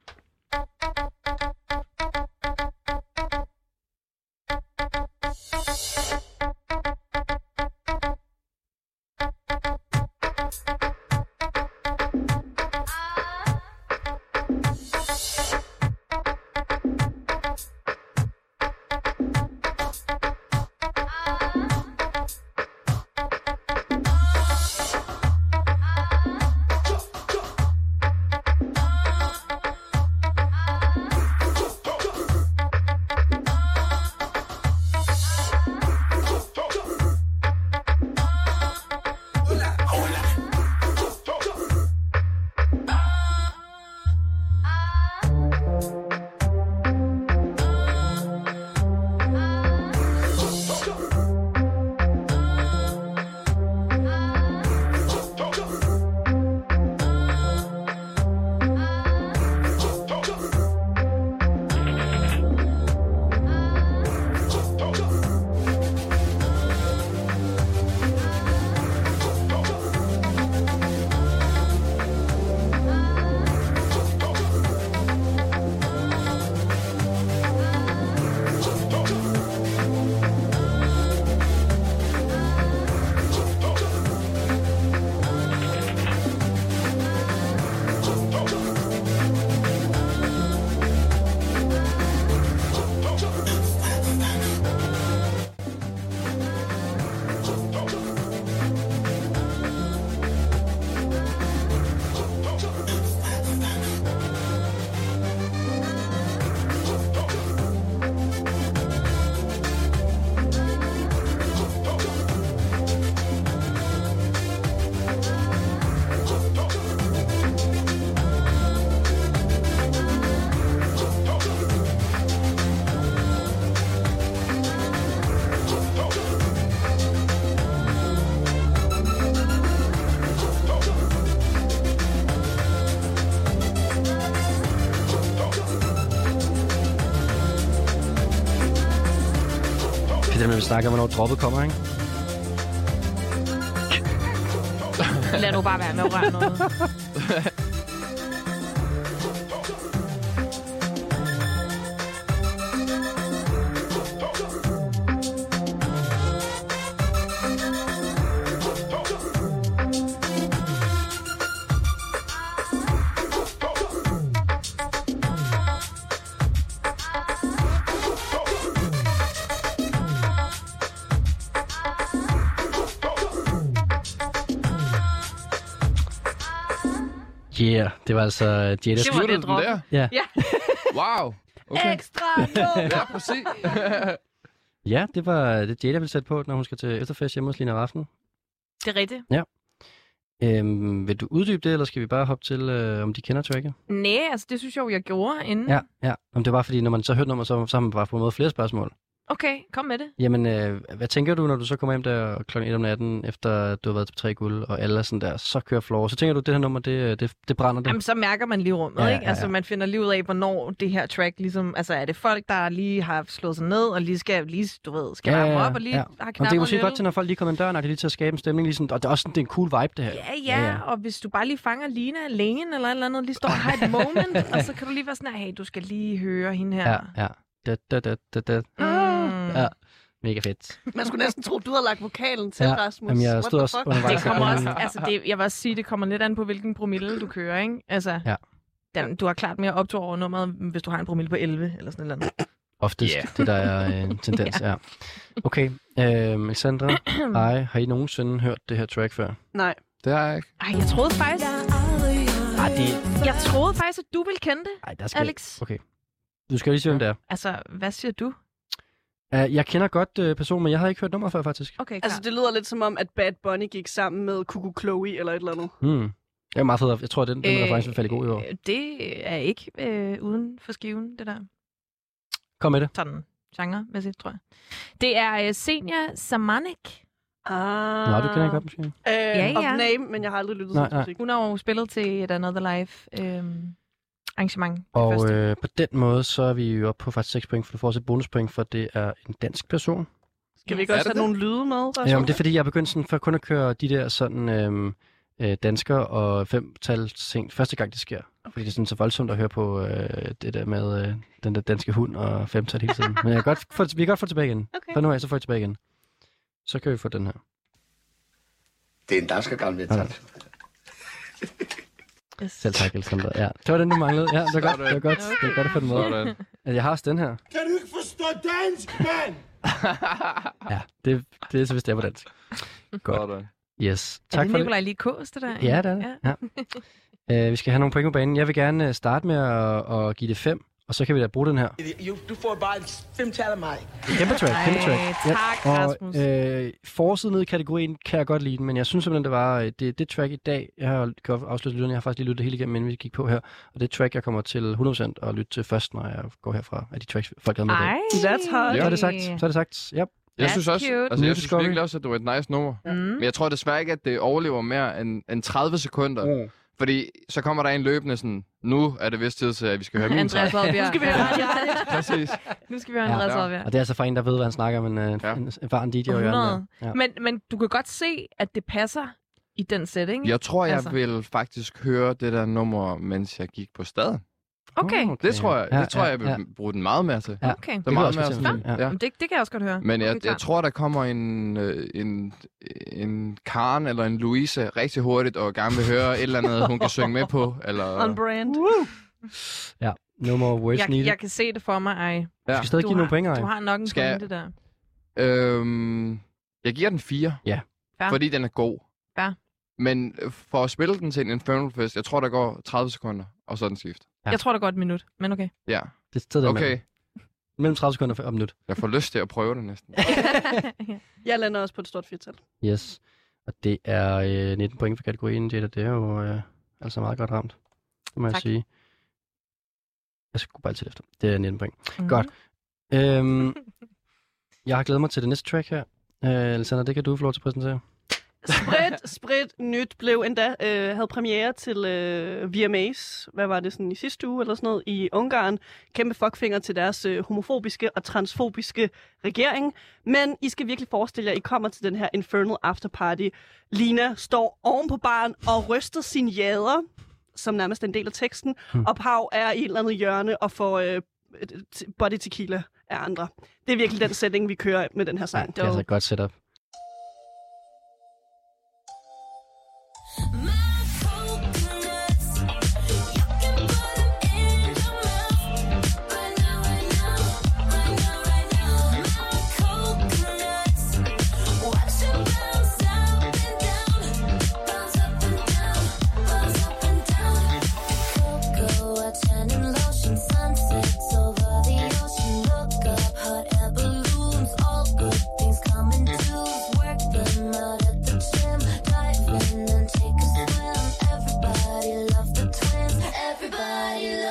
Vi snakker om, hvornår droppet kommer, ikke?
Lad nu bare være med at røre noget.
Yeah, det var altså Jada.
Det var det drop.
Ja.
Ja.
Wow. Okay.
Ekstra nummer.
Ja, præcis.
Ja, det var det Jada vil sætte på, når hun skal til efterfest hjemme hos Lina Raften.
Det er rigtigt.
Ja. Vil du uddybe det, eller skal vi bare hoppe til, om de kender tracket?
Nej, altså det synes jeg jo, jeg gjorde inden.
Ja. Om det var, fordi når man så hørte nummer, så har man bare på en måde flere spørgsmål.
Okay, kom med det.
Jamen, hvad tænker du, når du så kommer hjem der kl. 1 om natten, efter du har været til 3 guld, og alle er sådan der, så kører floor. Så tænker du, det her nummer, det brænder det?
Jamen, så mærker man lige rummet, ikke? Altså, man finder lige ud af, hvornår det her track ligesom... Altså, er det folk, der lige har slået sig ned, og lige skal varme op, og lige har knapper.
Og det er måske godt til, når folk lige kommer ind døren, og det lige til at skabe en stemning, ligesom, og det er også sådan, det er en cool vibe, det her.
Ja, og hvis du bare lige fanger Lina alene, eller et eller andet, lige står og har et moment, og så kan du lige være sådan, hey, du skal lige høre hende her.
Ja. Ja, mega fedt.
Man skulle næsten tro, du havde lagt vokalen til, Rasmus.
Jamen, jeg stod også undervejs.
Det kommer også, altså jeg vil også sige, det kommer lidt an på, hvilken promille du kører, ikke? Altså, du har klart mere optur over nummeret, hvis du har en promille på 11, eller sådan et eller andet.
Oftest, det der er en tendens, ja. Okay, Alexandra, har I nogensinde hørt det her track før?
Nej.
Det har jeg ikke.
Jeg troede faktisk... Jeg troede faktisk, at du ville kende det, Alex.
Okay. Du skal lige se, hvem det er.
Altså, hvad siger du?
Jeg kender godt personen, men jeg havde ikke hørt nummer før, faktisk.
Okay, klar.
Altså, det lyder lidt som om, at Bad Bunny gik sammen med Cuckoo Chloe eller et eller andet.
Det er meget fedt. Jeg tror, at den reference vil falde god i år.
Det er ikke uden for skiven, det der.
Kom med det.
Sådan genremæssigt, tror jeg. Det er Senja Samanek.
Nå, du kender ikke godt måske.
Of name, men jeg har aldrig lyttet til musik.
Hun har jo spillet til et Another Life arrangement.
Og på den måde, så er vi jo oppe på faktisk 6 point, for du får også et bonuspoint, for det er en dansk person.
Skal vi ikke også have nogle lyde med?
Ja, men det er fordi, jeg er begyndt sådan, for kun at køre de der sådan danskere og 5-tal ting første gang, det sker. Fordi det er sådan så voldsomt at høre på det der med den der danske hund og 5-tal hele tiden. Men vi kan godt få det tilbage igen.
Okay.
For nu af, så får jeg tilbage igen. Så kan vi få den her.
Det er en dansk gammel vedtaget.
Selv tak, Alexander. Ja, det var den, du manglede. Ja, det var godt. Det var godt. Det var godt at få den med. Altså, jeg har også den her.
Kan du ikke forstå dansk, mand?
Ja, det er så vist det er på dansk. Godt. Yes. Tak for det.
Er det Nikolaj lige Kås, det der?
Ja, det er det. Ja. Vi skal have nogle point på banen. Jeg vil gerne starte med at give det 5, og så kan vi da bruge den her.
Du får bare et 5-tal af mig.
Kæmpe track.
Tak, Rasmus.
Og forsiden ned i kategorien kan jeg godt lide den, men jeg synes simpelthen, det var det track i dag. Jeg har afsluttet lytterne. Jeg har faktisk lige lyttet det hele igennem, inden vi gik på her. Og det track, jeg kommer til 100% at lytte til først, når jeg går herfra, af de tracks, folk har med.
That's hard.
Så er det sagt. Yep.
Jeg synes også, jeg synes virkelig også, at det var et nice nummer. Men jeg tror desværre ikke, at det overlever mere end 30 sekunder. Fordi så kommer der en løbende sådan, nu er det vist tid til, at vi skal høre min sang.
Nu skal vi høre
Præcis.
Nu skal vi høre Andreas Oddbjerg.
Og det er altså for en, der ved, hvad han snakker, men en erfaren DJ og Jørgen.
Men du kan godt se, at det passer i den setting.
Jeg tror, jeg vil faktisk høre det der nummer, mens jeg gik på staden.
Okay.
Det tror jeg vil bruge den meget mere til.
Okay.
Det er meget mere sådan.
Det kan jeg også godt høre.
Men jeg tror, der kommer en Karen eller en Louise rigtig hurtigt og gerne vil høre et eller andet, hun kan synge med på. Eller...
On brand.
Ja, no more words needed.
Jeg kan se det for mig, Ej.
Du skal stadig give nogle point, Ej.
Du har nok en pointe der.
Jeg giver den 4.
Ja.
Fordi den er god.
Ja.
Men for at spille den til en Infernal Fest, jeg tror, der går 30 sekunder, og så er den skift.
Ja. Jeg tror, der går et minut, men okay.
Ja.
Det er stadig
okay.
Mellem 30 sekunder og et minut.
Jeg får lyst til at prøve det næsten.
Jeg lander også på et stort 4-tal.
Yes. Og det er 19 point for kategorien, Jada. Det er jo altså meget godt ramt, det må jeg sige. Jeg skal gå bare til efter. Det er 19 point. Godt. Jeg har glædet mig til det næste track her. Alexander, det kan du få lov til at præsentere.
Sprit nyt blev endda, havde premiere til VMAs, hvad var det sådan i sidste uge eller sådan noget, i Ungarn. Kæmpe fuckfinger til deres homofobiske og transfobiske regering. Men I skal virkelig forestille jer, I kommer til den her Infernal Afterparty. Lina står oven på baren og ryster sin jader, som nærmest er en del af teksten. Og Pau er i et eller andet hjørne og får body tequila af andre. Det er virkelig den setting, vi kører med den her sang.
Det er altså et godt setup.
All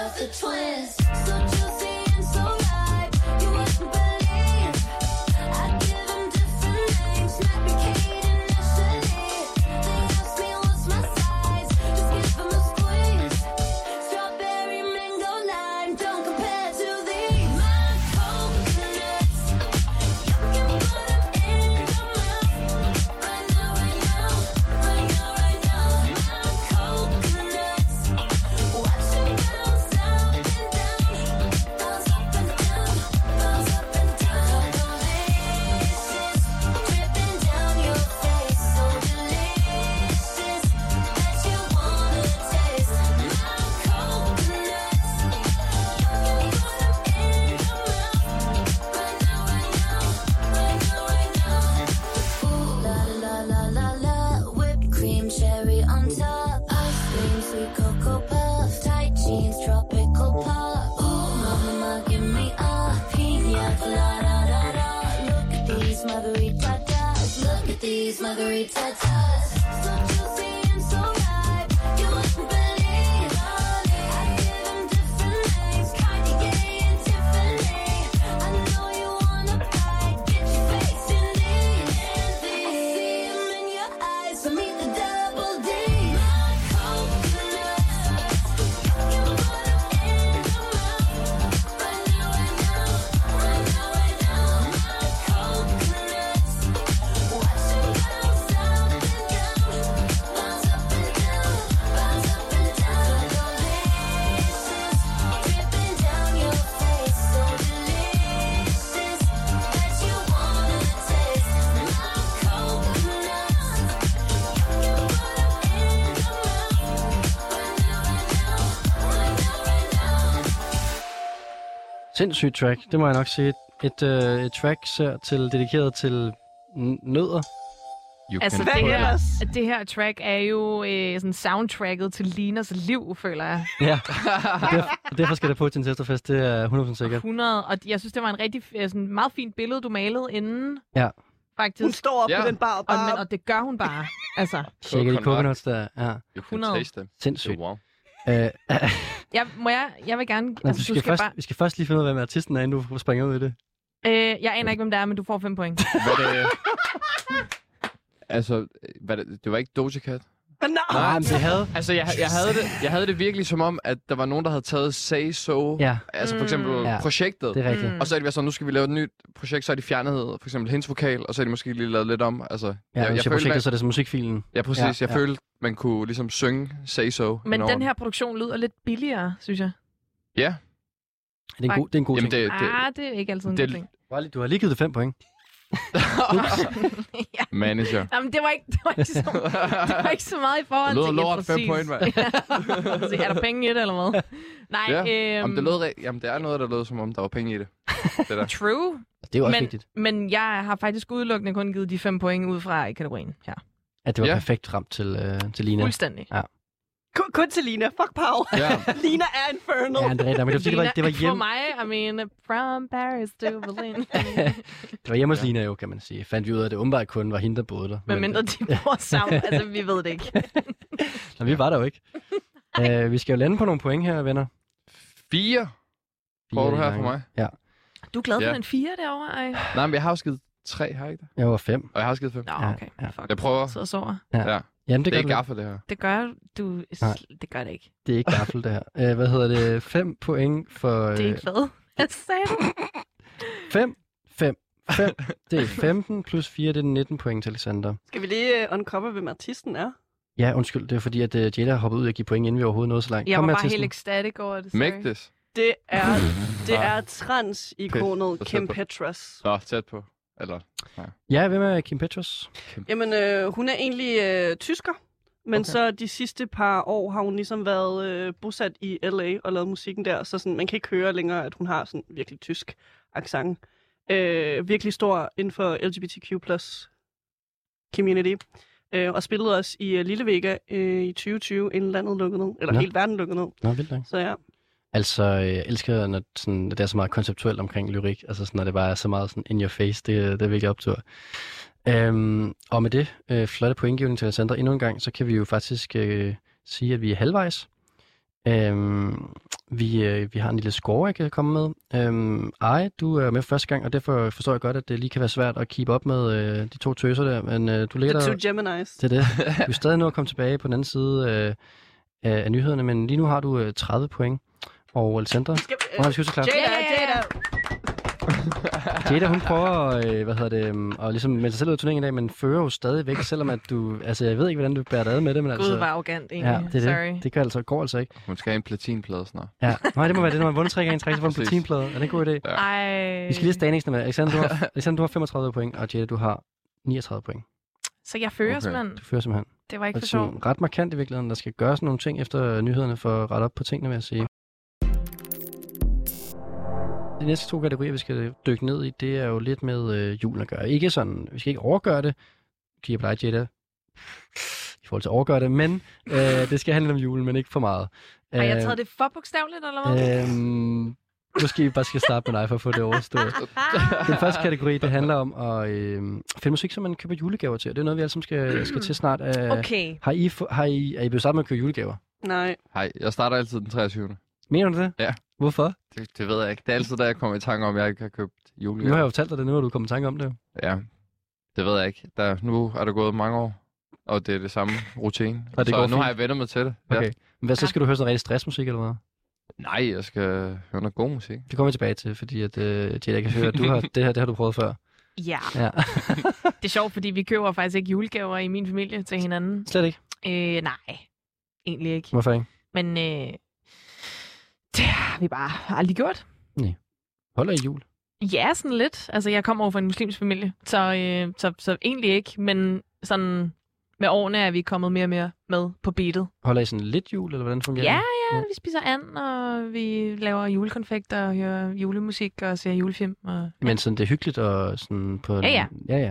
got the twist. So juicy and so ripe, you wouldn't believe. I give them different names, Mac, Kate, and Ashley. They ask me what's my size, just give them a squeeze. Strawberry, mango, lime, don't compare to these. My coconuts, you can put them in your mouth. Right now, right now, right now, right now. My coconuts, watch them bounce up and down, bounce up and down, bounce up and down. Delicious, dripping down your face, so delicious that you wanna taste. My coconuts, you can put them in your mouth. Right now, right now, right now, right now. Ooh la la la la la, whipped cream, cherry on top, ice cream, sweet cocoa puff, tight jeans, tropical pop. Ooh mama, give me a pina colada. Look at these margaritas, look at these margaritas. So juicy and so ripe, you wouldn't believe. I give them different names, Cartier and Tiffany. I know you wanna bite, get your face in these. I see 'em in your eyes, so meet the double D. My coconuts, you can put them in your mouth. Right now, right now, right now, right now. My coconuts, watch them bounce up and down, bounce up and down, bounce up and down. Delicious, dripping down your face, so delicious that you wanna taste. My coconuts, you can put them in your mouth. Right now, right now, right now, right now.
Sindssygt track, det må jeg nok sige. Et track dedikeret til nødder.
Altså,
Hvad ellers?
det her track er jo sådan soundtracket til Linas liv, føler jeg.
Ja, og derfor skal det på til en testerfest, det er 100% sikkert.
100, og jeg synes, det var en rigtig sådan meget fint billede, du malede inden.
Ja.
Faktisk.
Hun står op på den bar og bare...
Og det gør hun bare. Altså.
Tjekker de coconuts der, ja.
You can
100.
taste them.
Sindssygt.
Wow.
Jeg vil gerne...
Nej, vi skal først lige finde ud af, hvem artisten er, inden du springer ud i det.
Jeg aner ikke, hvem det er, men du får 5 point.
Hvad det? Altså, det var ikke Doja Cat?
Nej, men det havde...
Altså, jeg havde det virkelig som om, at der var nogen, der havde taget Say So.
Ja.
Altså for eksempel projektet.
Det er rigtigt.
Og så er det været sådan, nu skal vi lave et nyt projekt, så er de fjernet for eksempel hendes vokal, og så er de måske lige lavet lidt om. Altså,
jeg projektet, så er det som musikfilen.
Ja, præcis. Jeg følte, man kunne ligesom synge Say So.
Men den her produktion lyder lidt billigere, synes jeg.
Ja.
Det er en god ting.
Det er ikke altid en god ting.
Du har lige givet det 5 point.
Ja.
Manager.
Jamen, det var ikke så meget i forhold til...
Det lød lort 5 point, mand.
Ja. Er der penge i det, eller hvad? Nej,
Jamen, det er noget, der lød som om, der var penge i det. Der.
True.
Det er jo også vigtigt.
Men jeg har faktisk udelukkende kun givet de 5 point ud fra kategorien her.
At det var perfekt ramt til Lina.
Fuldstændig.
Ja.
Kun til Lina. Fuck Pau. Ja. Lina er infernal.
Ja, det er rigtigt. Men det var hjemme...
For mig, I mean, from Paris to Berlin.
Det var hjemme hos Lina jo, kan man sige. Fandt vi ud af, at det åbenbart kun var hende, der boede der.
Men mindre de bruger sound. Altså, vi ved det ikke.
Nå, vi var der jo ikke. Vi skal jo lande på nogle point her, venner.
4 får du her for mig.
Ja.
Du er glad for den 4 derovre, ej?
Nej, men jeg har jo skidt 3, har jeg ikke det?
Jeg var 5.
Og jeg har skidt 5.
Nå, okay.
Ja.
Jeg prøver.
Så sover.
Ja.
Jamen,
det er ikke gaffel, det her.
Det gør du... Det gør det ikke.
Det er ikke gaffel, det her. Hvad hedder det? 5 point for...
Det er ikke hvad? Jeg sagde du.
5. Det er 15 plus 4, det er 19 point til Alexander.
Skal vi lige uncover, hvem artisten er?
Ja, undskyld. Det er fordi, at Jada har hoppet ud og give point, inden vi overhovedet nåede så langt.
Jeg var bare helt ecstatic over det.
Mægtes.
Det er trans-ikonet Kim Petras.
Nå, tæt på. Eller,
ja, hvem er Kim Petras?
Jamen, hun er egentlig tysker, men så de sidste par år har hun ligesom været bosat i LA og lavet musikken der, så sådan, man kan ikke høre længere, at hun har sådan virkelig tysk accent. Virkelig stor inden for LGBTQ+ community. Og spillede også i Lille Vega i 2020, inden landet lukkede ned. Eller helt verden lukkede ned.
Nå, vildt nok.
Så ja.
Altså, jeg elsker, når sådan, det er så meget konceptuelt omkring lyrik. Altså, sådan, når det bare er så meget sådan in your face. Det er virkelig optur. Og med det flotte pointgivning til Alexander endnu en gang, så kan vi jo faktisk sige, at vi er halvvejs. Vi har en lille score, jeg kan komme med. Ej, du er med første gang, og derfor forstår jeg godt, at det lige kan være svært at keep op med de to tøser der. Men du ligger
The two Geminis.
Det er det. Du er stadig nu at komme tilbage på den anden side af nyhederne, men lige nu har du 30 point. Og Alessandra... vi skal så klart. Jada, hun prøver at ligesom melde sig selv ud af turneringen i dag, men fører jo stadigvæk, selvom at du... Altså, jeg ved ikke, hvordan du bærer dig ad med det, men altså...
Gud, var arrogant, egentlig.
Ja, det er det. Det går altså ikke.
Hun skal have en platinplade snart.
Ja, nej, det må være det, når man vundet 3 gange i træk, så får en platinplade. Er det en god idé?
Ja. Ej.
Vi skal lige standingsene med. Alexander, du har 35 point, og Jada, du har 39 point.
Så jeg fører simpelthen?
Du fører simpelthen.
Det var ikke for sjovt.
Ret markant i virkeligheden. Der skal gøres nogle ting efter nyhederne for at rette op på tingene, vil jeg sige. De næste 2 kategorier, vi skal dykke ned i, det er jo lidt med julen at gøre. Ikke sådan, vi skal ikke overgøre det. Kigger på dig, Jada, i forhold til at overgøre det, men det skal handle om julen, men ikke for meget.
Har jeg taget det for bogstaveligt, eller hvad?
Måske vi bare skal starte med dig for at få det overstået. Den første kategori, det handler om at finde musik, som man køber julegaver til. Det er noget, vi alle sammen skal til snart.
Okay.
Er I blevet startet med at købe julegaver?
Nej.
Hej, jeg starter altid den 23.
Mener du det?
Ja.
Hvorfor?
Det ved jeg ikke. Det er altid, da jeg kommer i tanke om, at jeg ikke har købt julegaver.
Nu har jeg jo fortalt dig det, nu har du kommet i tanke om det.
Ja, det ved jeg ikke. Nu er der gået mange år, og det er det samme rutine. Så nu har jeg vendt mig til det.
Okay. Ja. Men hvad, så skal du høre sådan rigtig stressmusik, eller hvad?
Nej, jeg skal høre noget god musik.
Det kommer vi tilbage til, fordi at, Jada, kan høre, at det har du prøvet før.
Ja. Det er sjovt, fordi vi køber faktisk ikke julegaver i min familie til hinanden.
Slet ikke?
Nej, egentlig ikke.
Hvorfor ikke?
Men det har vi bare aldrig gjort.
Nej. Holder I jul?
Ja, sådan lidt. Altså, jeg kommer over fra en muslimsk familie, så egentlig ikke, men sådan med årene er vi kommet mere og mere med på beatet.
Holder I sådan lidt jul, eller hvordan fungerer det?
Ja, vi spiser and, og vi laver julekonfekter, og hører julemusik, og ser julefilm. Og, ja.
Men sådan, det er hyggeligt, og sådan på...
Ja.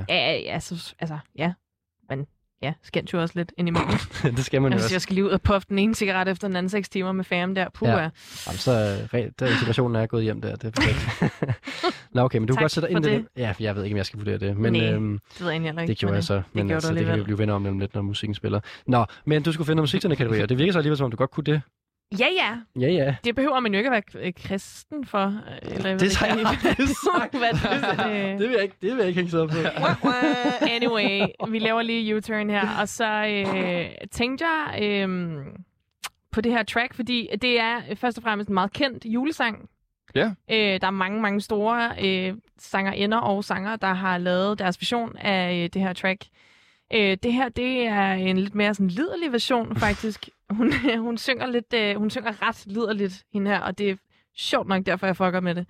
Ja.
Men ja, skændt jo også lidt indimellem.
Det skal man jo også.
Jeg skal lige ud og puffe den ene cigaret efter den anden 6 timer med fam der. Puh, ja.
Jamen, så der integrationen er gået hjem der. Det er perfekt. Nå, okay, men du kan godt sætte dig ind i det. Ja, jeg ved ikke, om jeg skal vurdere det. Men,
det ved jeg egentlig ikke.
Det gjorde jeg så. Men altså, det kan vi blive venner om lidt, når musikken spiller. Nå, men du skulle finde musik til den kategori, det virker så alligevel, som om du godt kunne det.
Ja. Det behøver man jo ikke at være kristen for. Eller
det har jeg aldrig sagt. Det vil jeg ikke hænge sig op på.
Anyway, vi laver lige U-turn her. Og så tænkte jeg på det her track, fordi det er først og fremmest en meget kendt julesang.
Ja.
Der er mange, mange store sangerinder og sanger, der har lavet deres version af det her track. Det her, det er en lidt mere sådan liderlig version, faktisk. Hun synger lidt, hun synger ret liderligt, hende her, og det er sjovt nok derfor, jeg fucker med det.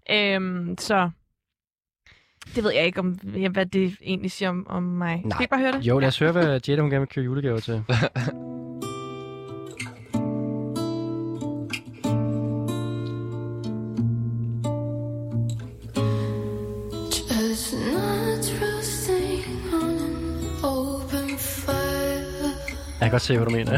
Så det ved jeg ikke, hvad det egentlig siger om mig. Skal vi bare høre det?
Jo, lad os høre, hvad Jada, hun gerne vil købe julegaver til. Jeg kan godt se, hvad du mener.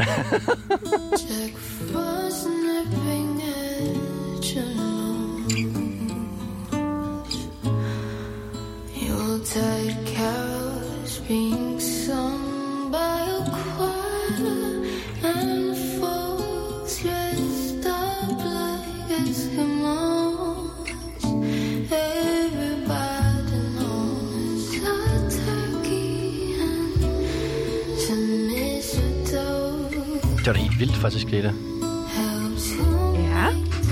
Det var da helt vildt, faktisk, Leda.
Ja.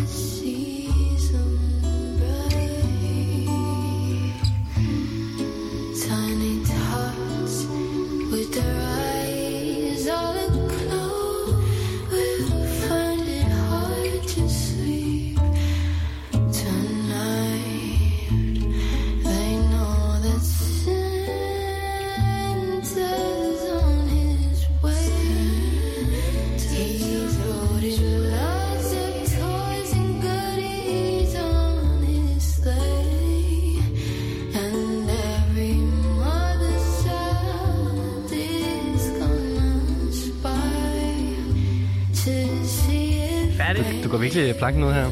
Du går virkelig planken ud her.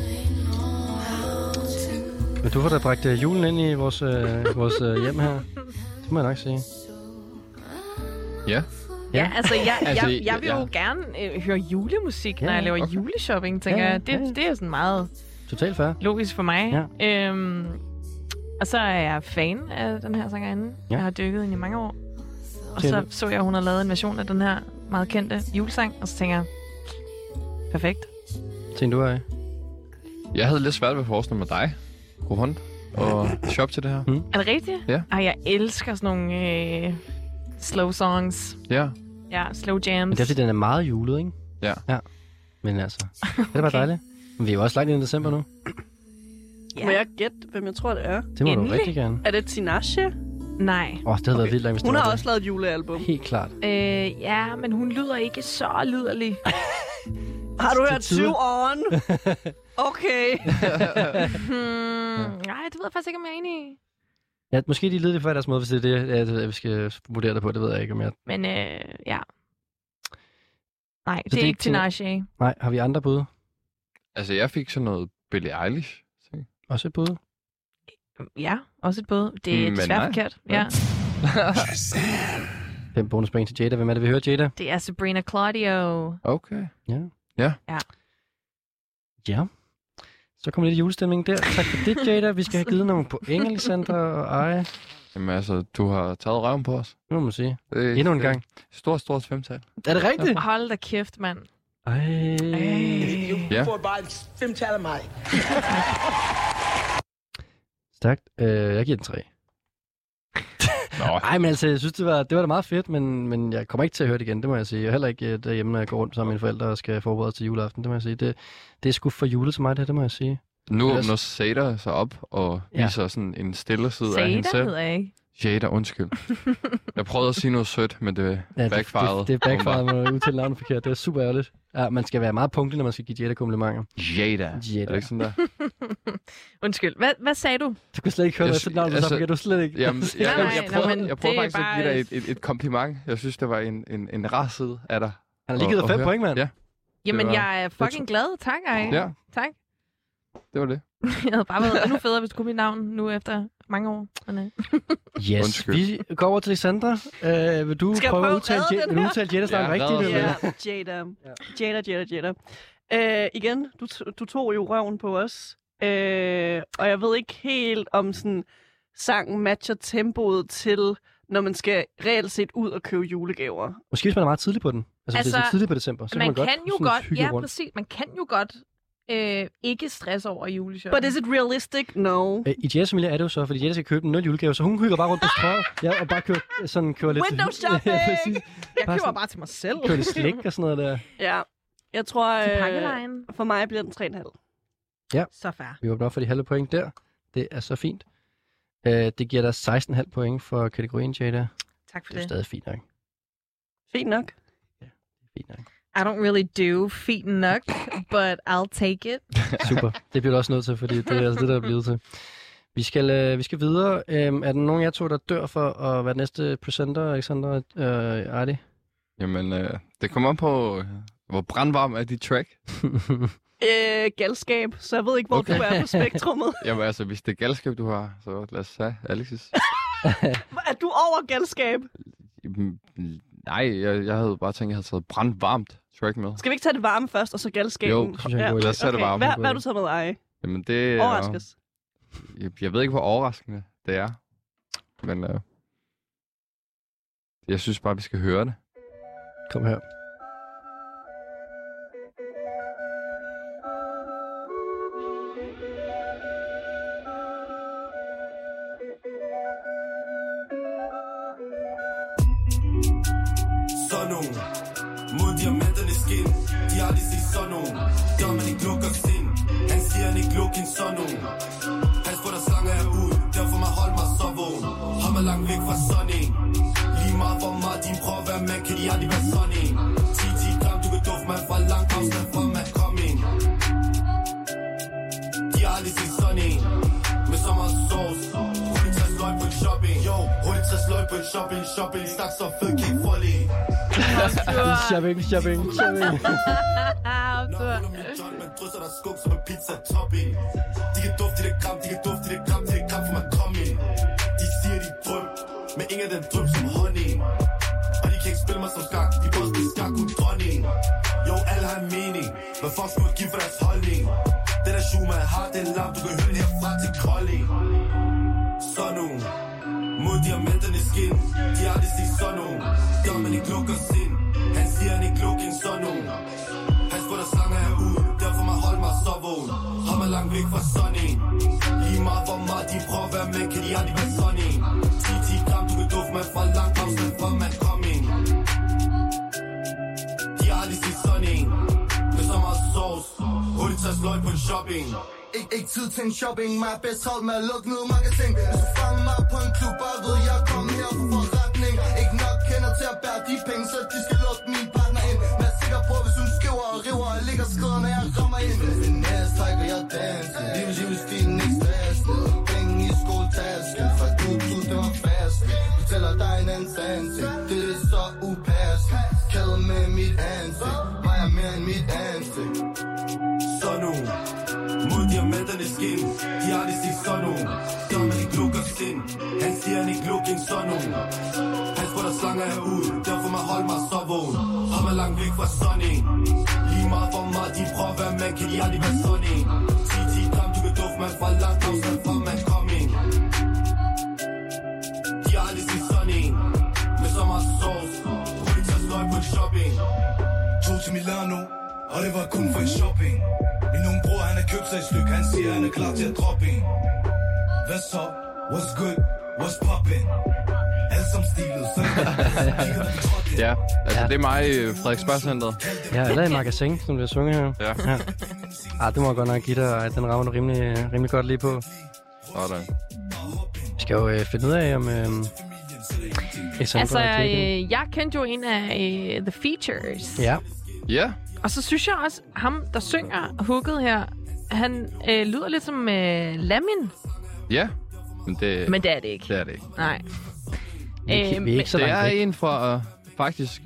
Men du får da bragt julen ind i vores hjem her. Det må jeg nok sige.
Ja.
Ja, altså jeg vil jo gerne høre julemusik, når jeg laver juleshopping, tænker jeg. Det er sådan meget
totalt fair.
Logisk for mig. Ja. Og så er jeg fan af den her sangerinde. Ja. Jeg har dykket ind i mange år. Og så jeg, hun har lavet en version af den her meget kendte julesang, og så tænker jeg, perfekt.
Tænker du,
Jeg havde lidt svært ved at forestille med dig, god hånd, og shop til det her.
Er det rigtigt?
Ja.
Ej, jeg elsker sådan nogle slow songs.
Ja.
Ja, slow jams.
Men det er fordi, den er meget julet, ikke?
Ja.
Men altså, det er bare dejligt. Men vi er jo også langt ind i december nu.
Ja. Må jeg gætte, hvem jeg tror, det er?
Det må du rigtig gerne.
Er det Tinashe?
Nej.
Det havde været vildt langt, hvis
hun har også lavet et julealbum.
Helt klart.
Ja, men hun lyder ikke så lyderlig.
Har du hørt 20 on? Okay.
Nej, det ved jeg faktisk ikke, om jeg er enig i.
Ja, måske de lyder det på deres måde, hvis det er det, vi skal vurdere det på. Det ved jeg ikke, om jeg...
Men ja. Nej, det er ikke Tinashe.
Nej, har vi andre bud?
Altså, jeg fik sådan noget Billie Eilish.
Også et bud?
Ja, også et bud. Det er desværre forkert. Ja.
5 bonuspoint til Jada. Hvem er det, vi hører, Jada?
Det er Sabrina Claudio.
Okay.
Ja. Så kommer lidt julestemning der. Tak for det, Jada. Vi skal have givet nogle point, Alexander og Ej.
Jamen altså, du har taget røven på os.
Nu må man sige. Endnu en gang.
Stort 5-tal.
Er det rigtigt?
Hold da kæft, mand.
Du får bare et 5-tal af mig.
Stærkt. Jeg giver den 3. Nej, men altså, jeg synes, det var da meget fedt, men jeg kommer ikke til at høre det igen, det må jeg sige. Og heller ikke derhjemme, når jeg går rundt sammen med mine forældre og skal forberede til juleaften, det må jeg sige. Det er sgu for julet til mig, det må jeg sige.
Nu åbner Sada sig op og viser sådan en stille side af hende selv.
Sada hedder jeg ikke.
Jada, undskyld. Jeg prøvede at sige noget sødt, men det backfired.
Det backfired, man har udtalt navnet forkert. Det er super ærligt. Ja, man skal være meget punktlig, når man skal give Jada komplimenter.
Jada. Er det ikke sådan der?
Undskyld. Hvad sagde du?
Du kan slet ikke høre, hvad sådan navnet så du slet ikke.
Jamen, jeg prøver faktisk at give dig et kompliment. Jeg synes, det var en rar side af dig.
Han har lige givet 5 point, mand.
Ja.
Jamen, jeg er fucking glad. Tak, Ej.
Ja.
Tak.
Det var det.
Jeg havde bare været endnu federe, hvis du kunne mit navn nu efter mange år.
Yes,
undskyld.
Vi går over til Alexandra. Vil du prøve at udtale Jadas navn rigtigt?
Ja, Jada. Igen, du tog jo røven på os. Og jeg ved ikke helt, om sådan sangen matcher tempoet til, når man skal reelt set ud og købe julegaver.
Måske hvis man er meget tidlig på den. Altså hvis det er tidligt på december, så
man
kan
jo godt. Ja, præcis. Man kan jo godt ikke stress over juleshopping.
But is it realistic? No.
I Jadas familie er det jo så, fordi Jada skal købe en julegave, så hun hygger bare rundt på strøget. Og bare kører lidt...
Window shopping!
Jeg køber bare til mig selv.
Kører lidt slik og sådan noget der.
Ja. Jeg tror, for mig bliver den 3,5.
Ja.
Så fair.
Vi åbner op for de halve point der. Det er så fint. Det giver dig 16,5 point for kategorien, Jada.
Tak for det.
Det er stadig fint nok.
Fint nok?
Ja, det er fint nok.
I don't really do fint nok, but I'll take it.
Super. Det bliver du også nødt til, fordi det er altså det, der er blevet til. Vi skal videre. Er der nogen af jer to, der dør for at være den næste presenter, Alexander Ardi?
Jamen, det kommer an på, hvor brandvarm er dit track.
Galskab, så jeg ved ikke, hvor du er på spektrummet.
Jamen altså, hvis det er galskab, du har, så lad os sige Alexis.
Er du over galskab?
Nej, jeg havde bare tænkt, at jeg havde taget brandvarmt track med.
Skal vi ikke tage det varme først, og så galskaben?
Jo, lad os tage det varme.
Hvad har du taget med dig?
Jamen det
overraskes.
Jeg ved ikke, hvor overraskende det er. Men jeg synes bare, vi skal høre det.
Kom her.
Mod diamanterne skin. De har aldrig set sådan nogen. Gør man ikke lukker sind. Han siger han ikke luk en sådan nogen. Han får der slanger her ud. Derfor må holde mig så vågen. Hold mig langt væk fra sådan en. Lige meget hvor meget de prøver at være med, kan de aldrig være sådan en. 10 gram, du kan dufte mig fra langt afstand fra mig. Kom ind. De har aldrig set sådan en. Med så meget sauce. Hurtigt 60 løg på en shopping. Jo, hurtigt 60 løg på en shopping. Stak så fed, kan ikke få det.
Shopping.
Man drysser der skug som en pizza topping. De kan dufte det gram, for man kom ind. De siger de drøm, men ingen af dem drøm som honning. Og de kan ikke spille mig som skak, Shuma har den lam, du kan høre herfra til Kolding. Sådan nogen mod diamanternes skin. De har aldrig set sådan nogen. Dominic lukker sind. Han siger han ikke lukke en sådan nogen. Pas på der slanger herude, derfor må holde mig så vågen. Hold mig langt væk fra sådan en. Lige meget hvor meget de prøver at være med, kan de aldrig være sådan en. 10 gram, du kan dufte mig fra langt afstand, for man kom ind. De har aldrig set sådan en. Med så meget sauce. Hurtigt tager sløj på en shopping.
Ikke tid til en shopping, mig bedst hold med at lukke noget magasin. Hvis du fanger mig på en klub, bare ved jeg kommer her for forretning. Ikke nok kender til at bære de penge, så de skal lukke min partner ind. Vær sikker på, hvis hun skriver og river, og ligger skrider, når jeg rammer ind. Finesse trækker jeg dansen, livsstilen ikke stressende. Penge i skoletasken, for du det var fast. Fortæller dig en anden ansigt, det er så upassende. Kæder med mit ansigt, vejer mere end mit ansigt.
Sådan nogen mod diamanternes skin. De har aldrig set sådan nogen. Dominic lukker sind. Han siger han ikke lukke en sådan nogen. Pas på der slanger herude, derfor må holde mig så vågen. Hold mig langt væk fra sådan en. Lige meget for meget de prøver at være med, kan de aldrig være sådan en. 10 gram, du kan dufte mig fra langt afstand, for man kom ind. De har aldrig set sådan en. Med så meget sauce. Hurtigt tager sløj på en shopping.
Tog til Milano, og det var kun for en shopping. Min unge bror, han har købt sig et stykke, han siger, han er klar til at droppe en. Hvad så? What's good? What's poppin'? Alt som stilet, så
ja, altså det er mig i Frederiksberg-centret.
Ja, eller i magasin, som det er sunget her.
Ja.
Det må jeg godt nok give dig, at den rammer du rimelig godt lige på.
Sådan.
Vi skal jo finde ud af, om...
jeg kendte jo en af The Features.
Ja.
Ja.
Og så synes jeg også, ham, der synger hooket her, han lyder lidt som Lamin.
Ja, men det
er det ikke.
Det er det ikke.
Nej.
Vi er ikke så
det
langt
er
væk.
en fra, faktisk,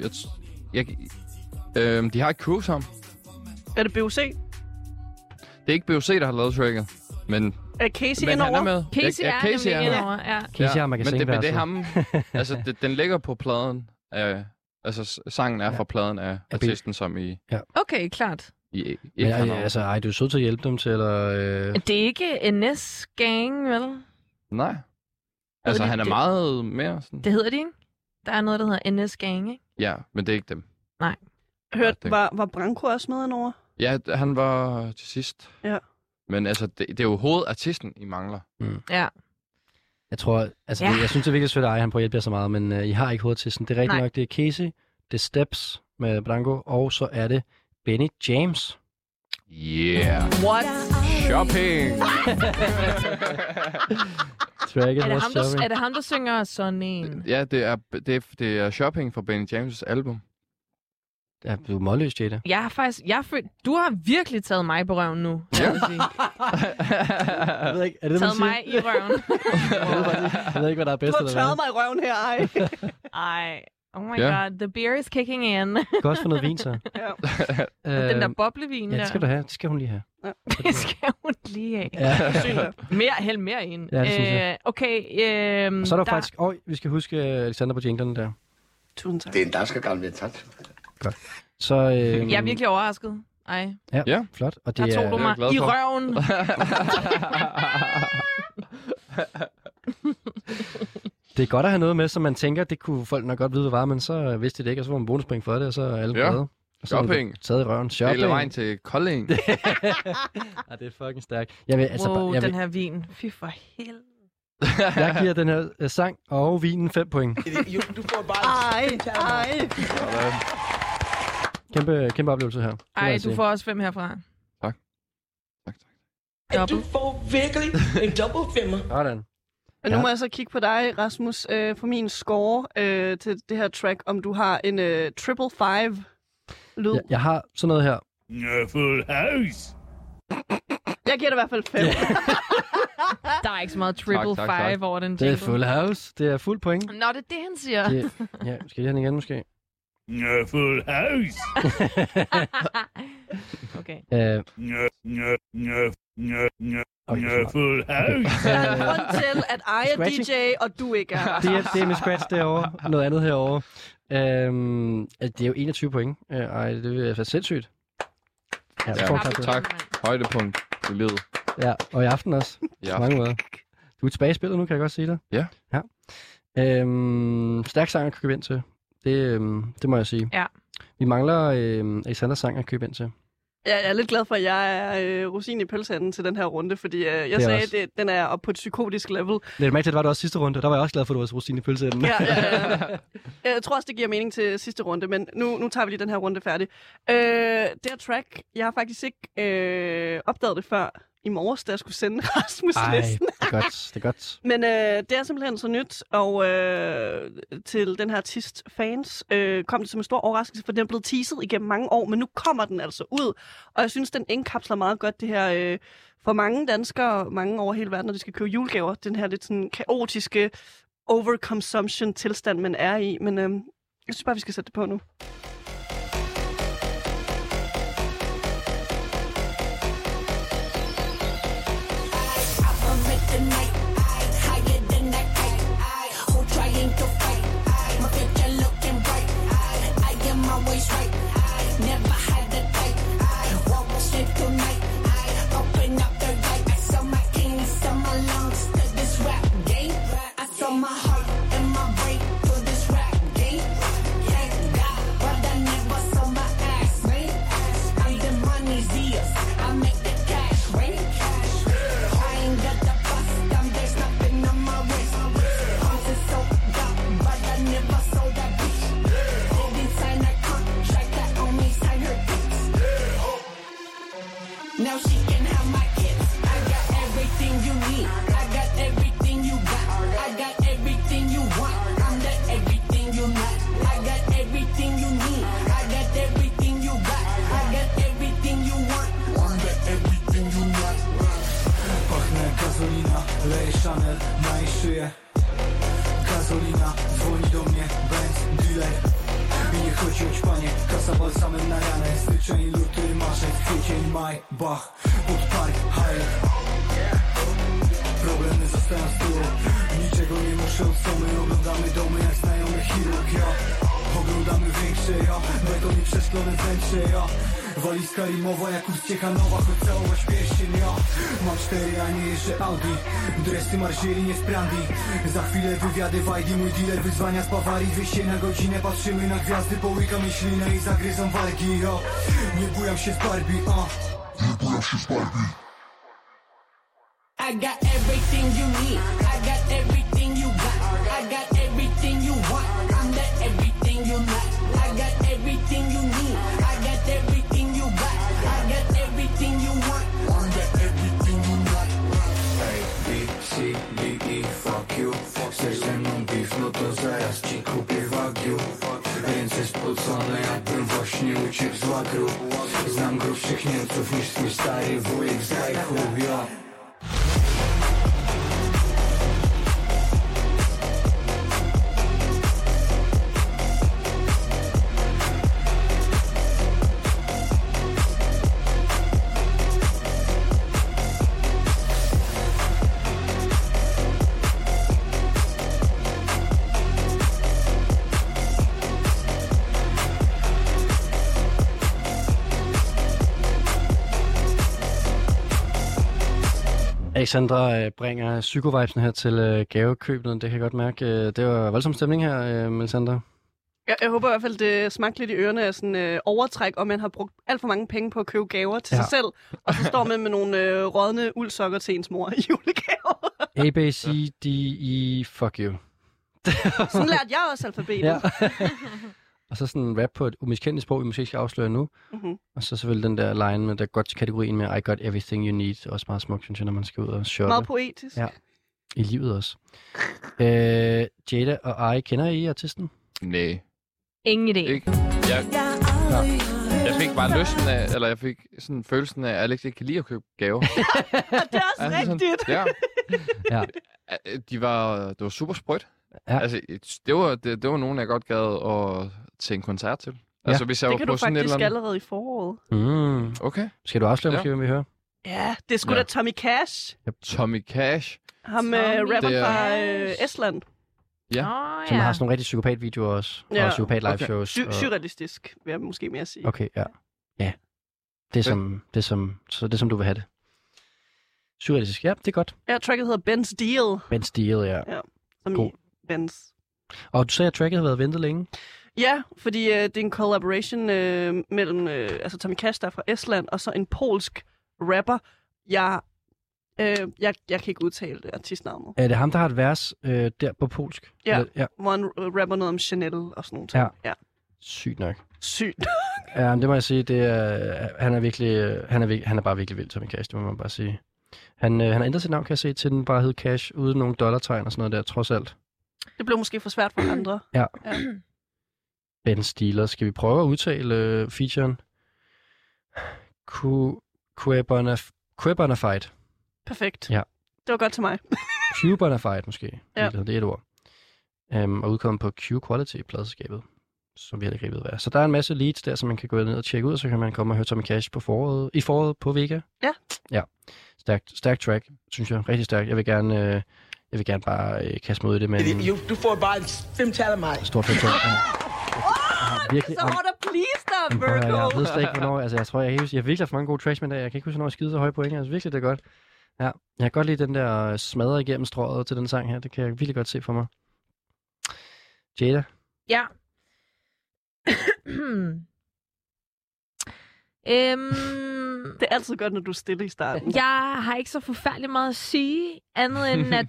de har et crew sammen.
Er det BOC?
Det er ikke BOC, der har lavet tracket, men...
Er Casey
men
indover?
han er med.
Casey er
Casey
nemlig indover, ja.
Casey har magasin.
Men det er ham. Altså, den ligger på pladen. Altså, sangen er fra pladen af artisten, som i...
Ja.
Okay, klart.
Du er sød til at hjælpe dem til, eller...
Det er ikke NS Gang, vel?
Nej. Altså, han er meget mere sådan...
Det hedder de, ikke? Der er noget, der hedder NS Gang, ikke?
Ja, men det er ikke dem.
Nej.
Var Branko også med indover?
Ja, han var til sidst.
Ja.
Men altså, det er jo hovedartisten, I mangler.
Mm.
Ja.
Jeg tror, altså, jeg synes, det er virkelig sødt, at han på at hjælpe jer så meget, men I har ikke hovedartisten. Det er rigtigt nok, det er Casey, det er Steps med Branko, og så er det Benny James.
Yeah.
What?
Shopping.
Er det ham, der synger sådan en?
Ja, det er Shopping fra Benny James' album.
Ja, du er målløs, Jada.
Du har virkelig taget mig på røven nu.
Ja.
Jeg
ved ikke, er det
taget mig i røven.
Jeg ved ikke, hvad der er bedst.
Du har taget mig i røven her, ej.
Ej. Oh my god, the beer is kicking in.
Du kan også få noget vin, så.
Ja. Den der boblevin der.
Ja, det skal du have. Det skal hun lige have.
Ja. Det skal hun lige have.
Ja.
Held mere ind.
Ja, det synes jeg.
Okay.
Så er der faktisk... vi skal huske Alexander på jinglerne der.
Tusind tak. Det er en dansk gammel ventat.
Godt. Så,
jeg er virkelig overrasket. Ej.
Ja, flot. Og det
der tog du mig i røven.
Det er godt at have noget med, som man tænker, det kunne folk nok godt vide, hvad var, men så vidste det ikke, og så får man bonuspoint for det, og så er alle glade.
Shopping.
Taget i røven. Shopping.
Hele vejen til Kolding.
Det er fucking stærkt. Jeg vil,
den her vin. Fy for helvede.
Jeg giver den her sang og vinen 5 point.
Du får bare... Ej.
Kæmpe oplevelse her.
Ej, du får også 5 herfra.
Tak.
Du får virkelig en double 5'er.
Sådan.
Men nu må jeg så kigge på dig, Rasmus, på min score til det her track, om du har en 555 lyd.
Jeg har sådan noget her.
Full house.
Jeg giver det i hvert fald 5.
Der er ikke så meget 555 over den jingle.
Det er full house. Det er fuld point.
Nå, det er det, han siger.
Ja, skal jeg have den igen måske?
Full house.
Okay.
Full house.
Der er en grund til, at I er DJ, og du ikke er.
Det er med scratch derovre. Noget andet herovre. Det er jo 21 point. Det er sindssygt.
Ja, tak. Højdepunkt. i livet.
Ja, og i aften også.
Ja.
På mange måder. Du er tilbage i spillet nu, kan jeg godt sige det.
Ja.
Stærk sang at købe ind til. Det må jeg sige.
Ja.
Vi mangler Alexanders sang at købe ind til.
Jeg er lidt glad for, at jeg er rosin i pølseenden til den her runde, fordi jeg sagde, at den er oppe på et psykotisk level.
Lidt mærkeligt, var det også sidste runde. Der var jeg også glad for, at du var rosin i pølseenden.
Ja. Jeg tror også, det giver mening til sidste runde, men nu tager vi lige den her runde færdig. Det her track, jeg har faktisk ikke opdaget det før i morges, da jeg skulle sende Rasmus-listen.
Det er godt.
Men det er simpelthen så nyt, og til den her artist-fans kom det som en stor overraskelse, for den er blevet teaset igennem mange år, men nu kommer den altså ud. Og jeg synes, den indkapsler meget godt det her for mange danskere, mange over hele verden, når de skal købe julegaver. Den her lidt sådan kaotiske overconsumption-tilstand, man er i. Men jeg synes bare, vi skal sætte det på nu.
Now she can have my kids. I got everything you need. I got everything you got. I got everything you want. I'm the everything you not. I got everything you need. I got everything you got. I got everything you want. I'm the everything you not.
Pachnę gazolina, leje Chanel na jej szyję. Gazolina, dzwoni do mnie, Benz, dealer. I nie chodzi o ćpanie, kasa balsamem na ranę. Styczeń, luty, marzec, kwiecień, maj, Bach, podpal, hajek. Problemy zostają z tyłu, niczego nie muszę, co my oglądamy domy jak znajomy chirurg, ja. Oglądamy większe, ja, beton i przeszklone wnętrze, ja. Walizka rimowa jak uścieka nowa, choć całować pierścień, ja. Mam 4, a nie jeżdżę Audi. Dresy marzieli nie w Prandi. Za chwilę wywiady w ID, mój dealer wyzwania z Bawarii. 200 na godzinę, patrzymy na gwiazdy, połykam jej ślinę i zagryzam wargi, ja. Nie bujam się z Barbie, Nie bujam się z Barbie.
I got everything you need. I got everything you got. I got everything you want. I'm the everything you not. I got everything you need. I got everything you got. I got everything you want. I'm the everything you not.
A, B, C, D, E, fuck you. Chcesz ze mną beef, no to zaraz ci kupię Wagyu. Ręce spocone, jakbym właśnie uciekł z łagru. Znam grubszych Niemców niż twój stary wujek z Reichu, ja.
Alexandra bringer psykovibesen her til gavekøbet. Det kan jeg godt mærke. Det var voldsom stemning her, Alexandra.
Jeg håber i hvert fald, det smagte lidt i ørerne af sådan overtræk, og man har brugt alt for mange penge på at købe gaver til sig selv. Og så står man med nogle rådne uldsokker til ens mor i julegaver.
A, B, C, D, E, fuck you.
Sådan lærte jeg også alfabetet.
Ja. Og så sådan en rap på et umiskendeligt sprog, vi måske skal afsløre nu.
Mm-hmm.
Og så selvfølgelig den der line med, der godt til kategorien med I got everything you need. Også meget smukt, synes jeg, når man skal ud og shoppe.
Meget poetisk.
Ja, i livet også. Jada og I, kender I artisten?
Nej.
Ingen idé.
Ikke. Jeg fik bare lysten af, eller jeg fik sådan følelsen af, at Alex ikke kan lide at købe gaver.
Det er også rigtigt.
Ja.
Ja.
Det var super sprødt.
Ja.
Altså, det var nogen, jeg godt gad at til en koncert til.
Ja.
Altså, hvis jeg
Det
var
kan
på
du
sådan
faktisk
et eller andet...
allerede i foråret.
Okay.
Skal du afsløre, måske, hvem vi hører?
Ja, det er sgu da Tommy Cash.
Yep.
Tommy Cash.
Ham rapper fra Estland.
Ja.
Som har sådan nogle rigtig psykopat-videoer også. Og psykopat live-shows.
Surrealistisk, vil jeg måske mere sige.
Okay, ja. Ja. Det er som du vil have det. Surrealistisk. Ja, det er godt.
Ja, tracket hedder Ben's Deal.
Ben's Deal, ja.
Som
God.
i Ben's.
Og du sagde, at tracket har været ventet længe?
Ja, fordi det er en collaboration mellem altså Tommy Cash, der er fra Estland, og så en polsk rapper. Jeg kan ikke udtale det artistnavnet.
Er det ham, der har et vers der på polsk?
Ja, hvor han rapper noget om Chanel og sådan noget. Ja.
Sygt nok.
Sygt.
Ja, men det må jeg sige, han er bare virkelig vild, Tommy Cash, det må man bare sige. Han har ændret sit navn, kan jeg se, til den bare hed Cash, uden nogle dollartegn og sådan noget der, trods alt.
Det blev måske for svært for andre.
Ja. Ben Stiller. Skal vi prøve at udtale featuren? Quebonafide.
Perfekt.
Ja.
Det var godt til mig.
Quebonafide måske.
Ja.
Det er et ord. Og udkommet på Q-Quality-pladselskabet, som vi har gribet være. Så der er en masse leads der, som man kan gå ned og tjekke ud, og så kan man komme og høre Tommy Cash i foråret på Vega.
Ja.
Ja. Stærk track, synes jeg. Rigtig stærk. Jeg vil gerne bare kaste mig ud i det med
Du får bare 5 tal af mig.
Stort fedt.
Virkelig, så må der please dig, Virgo.
Jeg ved slet ikke, hvornår. Altså, jeg tror, jeg har virkelig haft mange gode tracks med i dag. Jeg kan ikke huske, hvornår jeg skider så høje point. Altså, virkelig, det er godt. Ja, jeg kan godt lide den der smadre igennem strøget til den sang her. Det kan jeg virkelig godt se for mig. Jada?
Ja.
Det er altid godt, når du er stille i starten.
Jeg har ikke så forfærdeligt meget at sige, andet end at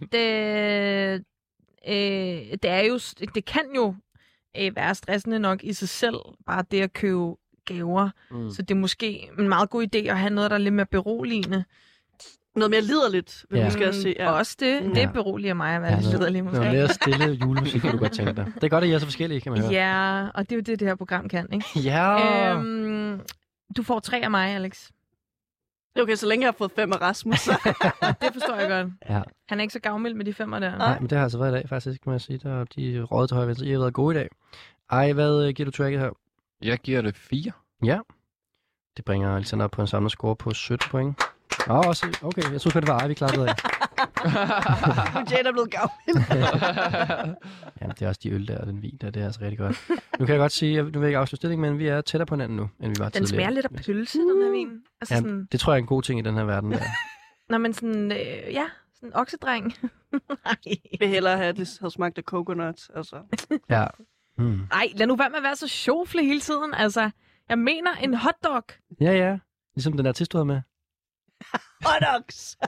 det kan jo være stressende nok i sig selv, bare det at købe gaver. Så det er måske en meget god idé at have noget, der er lidt mere beroligende.
Noget mere liderligt, vil vi skal se.
Ja. Også det. Det beroliger mig at være lidt liderlig måske.
Noget mere stille julemusik, kan du godt tænke dig. Det er godt, at I er så forskellige, kan man høre.
Ja, og det er jo det her program kan, ikke?
Ja.
Du får 3 af mig, Alex.
Det er okay, så længe jeg har fået 5 af Rasmus.
Det forstår jeg godt.
Ja.
Han er ikke så gavmild med de 5'er der.
Nej, men det har altså været i dag, faktisk, kan man sige. Der er de røde til højre venstre. I har været gode i dag. Ej, hvad giver du tracket her?
Jeg giver det 4.
Ja. Det bringer Alexander op på en samlet score på 17 point. Også, okay, jeg troede det var Ej, vi klarede af.
Jada er blevet gavmild.
Jamen, det er også de øl der og den vin der, det er altså rigtig godt. Nu kan jeg godt sige, nu vil jeg ikke afsløre stilling, men vi er tættere på hinanden nu, end vi var tidligere.
Den smager lidt af pølse, den her vin. Altså
ja,
sådan...
det tror jeg er en god ting i den her verden der.
Nå, men sådan, sådan oksedreng.
Jeg vil hellere have, at det havde smagt af coconut, altså.
Ja.
Ej, lad nu være med at være så sjovfle hele tiden, altså. Jeg mener en hotdog.
Ja. Ligesom den artist, du havde med.
Hotdogs!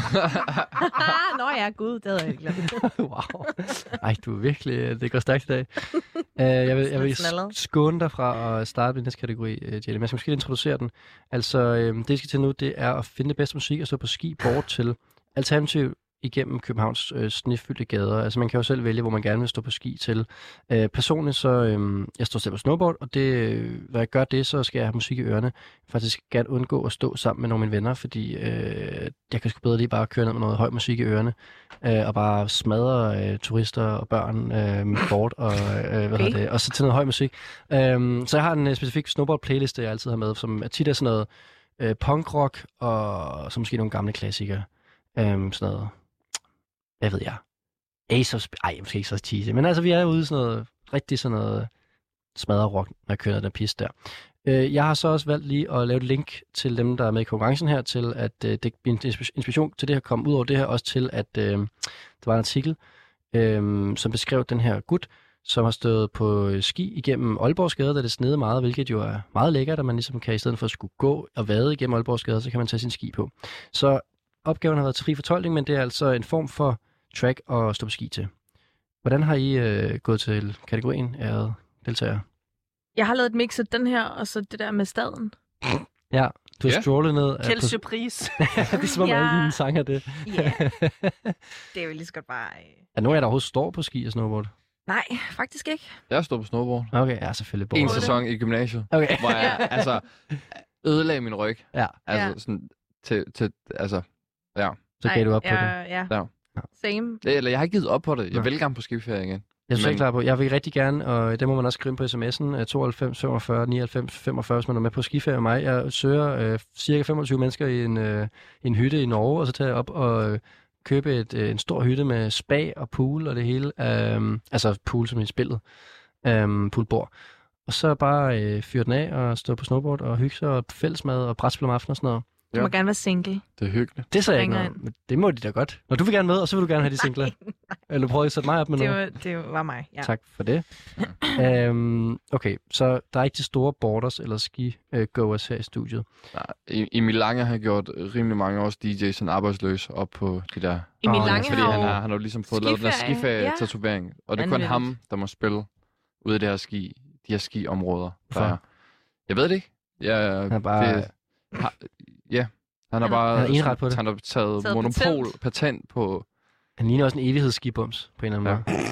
Nå ja, gud, det havde jeg ikke glemt.
Wow. Ej, du er virkelig... Det går stærkt i dag. Jeg vil skåne dig fra at starte med den kategori, Jelle. Men jeg skal måske introducere den. Altså, det jeg skal til nu, det er at finde det bedste musik og stå på ski bort til alternativ igennem Københavns snefyldte gader. Altså man kan jo selv vælge, hvor man gerne vil stå på ski til. Personligt så, jeg står selv på snowboard, og når jeg gør det, så skal jeg have musik i ørerne. Faktisk gerne undgå at stå sammen med nogle af mine venner, fordi jeg kan sgu bedre lige bare køre ned med noget høj musik i ørerne, og bare smadre turister og børn med board, og, og så til noget høj musik. Så jeg har en specifik snowboard-playliste, jeg altid har med, som tit er sådan noget punkrock, og så måske nogle gamle klassikere. Sådan noget, hvad ved jeg, Ace of måske ikke så cheesy, men altså vi er ude i sådan noget, rigtig sådan noget smadderrock, når jeg kører den piste der. Jeg har så også valgt lige at lave et link til dem, der er med i konkurrencen her, til at det min inspiration til det her kom ud over det her, også til at der var en artikel, som beskrev den her gut, som har stået på ski igennem Aalborgsgade, der det snede meget, hvilket jo er meget lækkert, at man ligesom kan i stedet for at skulle gå og vade igennem Aalborgsgade, så kan man tage sin ski på. Så opgaven har været til fri fortolkning, men det er altså en form for track at stå på ski til. Hvordan har I gået til kategorien, ærede deltagere?
Jeg har lavet et mix af den her, og så det der med staden.
Ja, du har strollet ned.
Quelle surprise.
Det er som om alle dine sanger det.
Ja, det er jo lige så godt bare...
Er nogen af jer, der overhovedet står på ski og snowboard?
Nej, faktisk ikke.
Jeg står på snowboard.
Okay, ja, selvfølgelig.
En sæson i gymnasiet,
okay.
hvor jeg altså ødelagde min ryg.
Ja.
Altså sådan til altså... Ja.
Så gav du op på det.
Ja. Same.
Eller jeg har ikke givet op på det. Jeg vil gerne på skiferie igen.
Jeg er klar på. Jeg vil rigtig gerne, og det må man også skrive på sms'en, 92 45 99 45, hvis man er med på skiferie med mig. Jeg søger cirka 25 mennesker i en hytte i Norge, og så tager jeg op og købe en stor hytte med spa og pool og det hele. Altså pool som i spillet. Poolbord. Og så bare fyre den af og stå på snowboard og hygge sig og fællesmad og brætspil om aftenen og sådan noget.
Du må gerne være single.
Det er hyggeligt.
Det sagde jeg ikke noget. Men det må de da godt. Når du vil gerne med, og så vil du gerne have de singler. Eller prøve at sætte mig op med noget.
Det var mig, ja.
Tak for det. Okay, så der er ikke de store borders eller ski-goers her i studiet.
Nej, Emil Lange har gjort rimelig mange års DJ sådan arbejdsløs op på de der...
Emil Lange
fordi han har jo ligesom fået lavet den der skiferie-tatovering. Og det er kun ham, der må spille ude i de her ski-områder. Jeg ved det ikke.
Han er bare...
Han har bare...
Han er på det.
Han har taget monopol, patent på...
Han ligner også en evighedsskibums på en eller anden måde.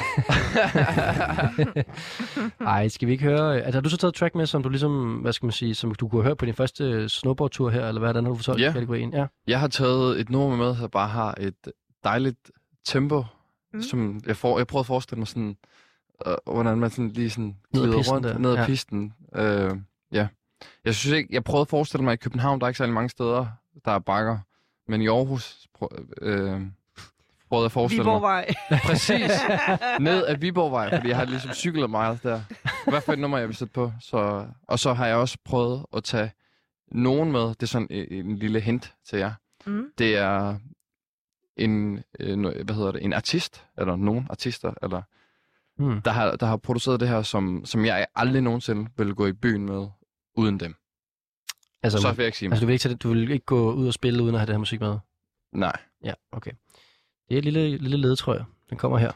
Ej, skal vi ikke høre... Altså, har du så taget track med, som du ligesom, hvad skal man sige, som du kunne høre på din første snowboardtur her, eller hvad er det, når du fortolker kategorien? Ja. Jeg
har taget et nummer med, der bare har et dejligt tempo, som jeg prøvede at forestille mig sådan, hvordan man sådan lige sådan glider rundt ned ad pisten. Jeg synes ikke, jeg prøvede at forestille mig, at i København, der er ikke særlig mange steder, der er bakker, men i Aarhus prøvede jeg at forestille
Viborgvej.
mig. Præcis. Ned ad Viborgvej, fordi jeg har ligesom cyklet meget der. Hvad for et nummer, jeg vil sætte på. Og så har jeg også prøvet at tage nogen med. Det er sådan en lille hint til jer. Det er en artist, eller nogle artister, eller der har produceret det her, som jeg aldrig nogensinde vil gå i byen med uden dem.
Altså,
så vil jeg ikke sige mig.
Altså, du vil ikke gå ud og spille uden at have det her musik med?
Nej.
Ja, okay. Det er et lille ledetråd. Den kommer her.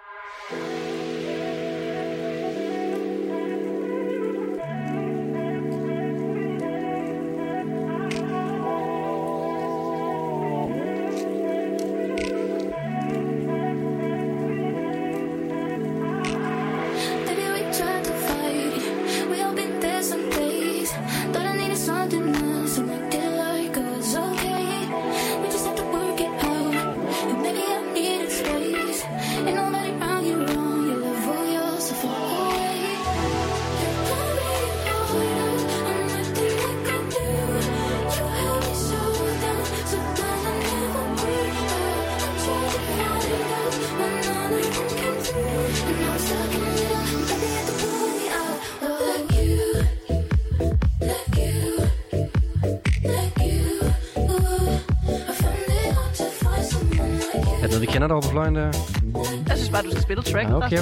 Vi kender dig over på fløjen der.
Jeg synes bare, du skal spille track.
Okay.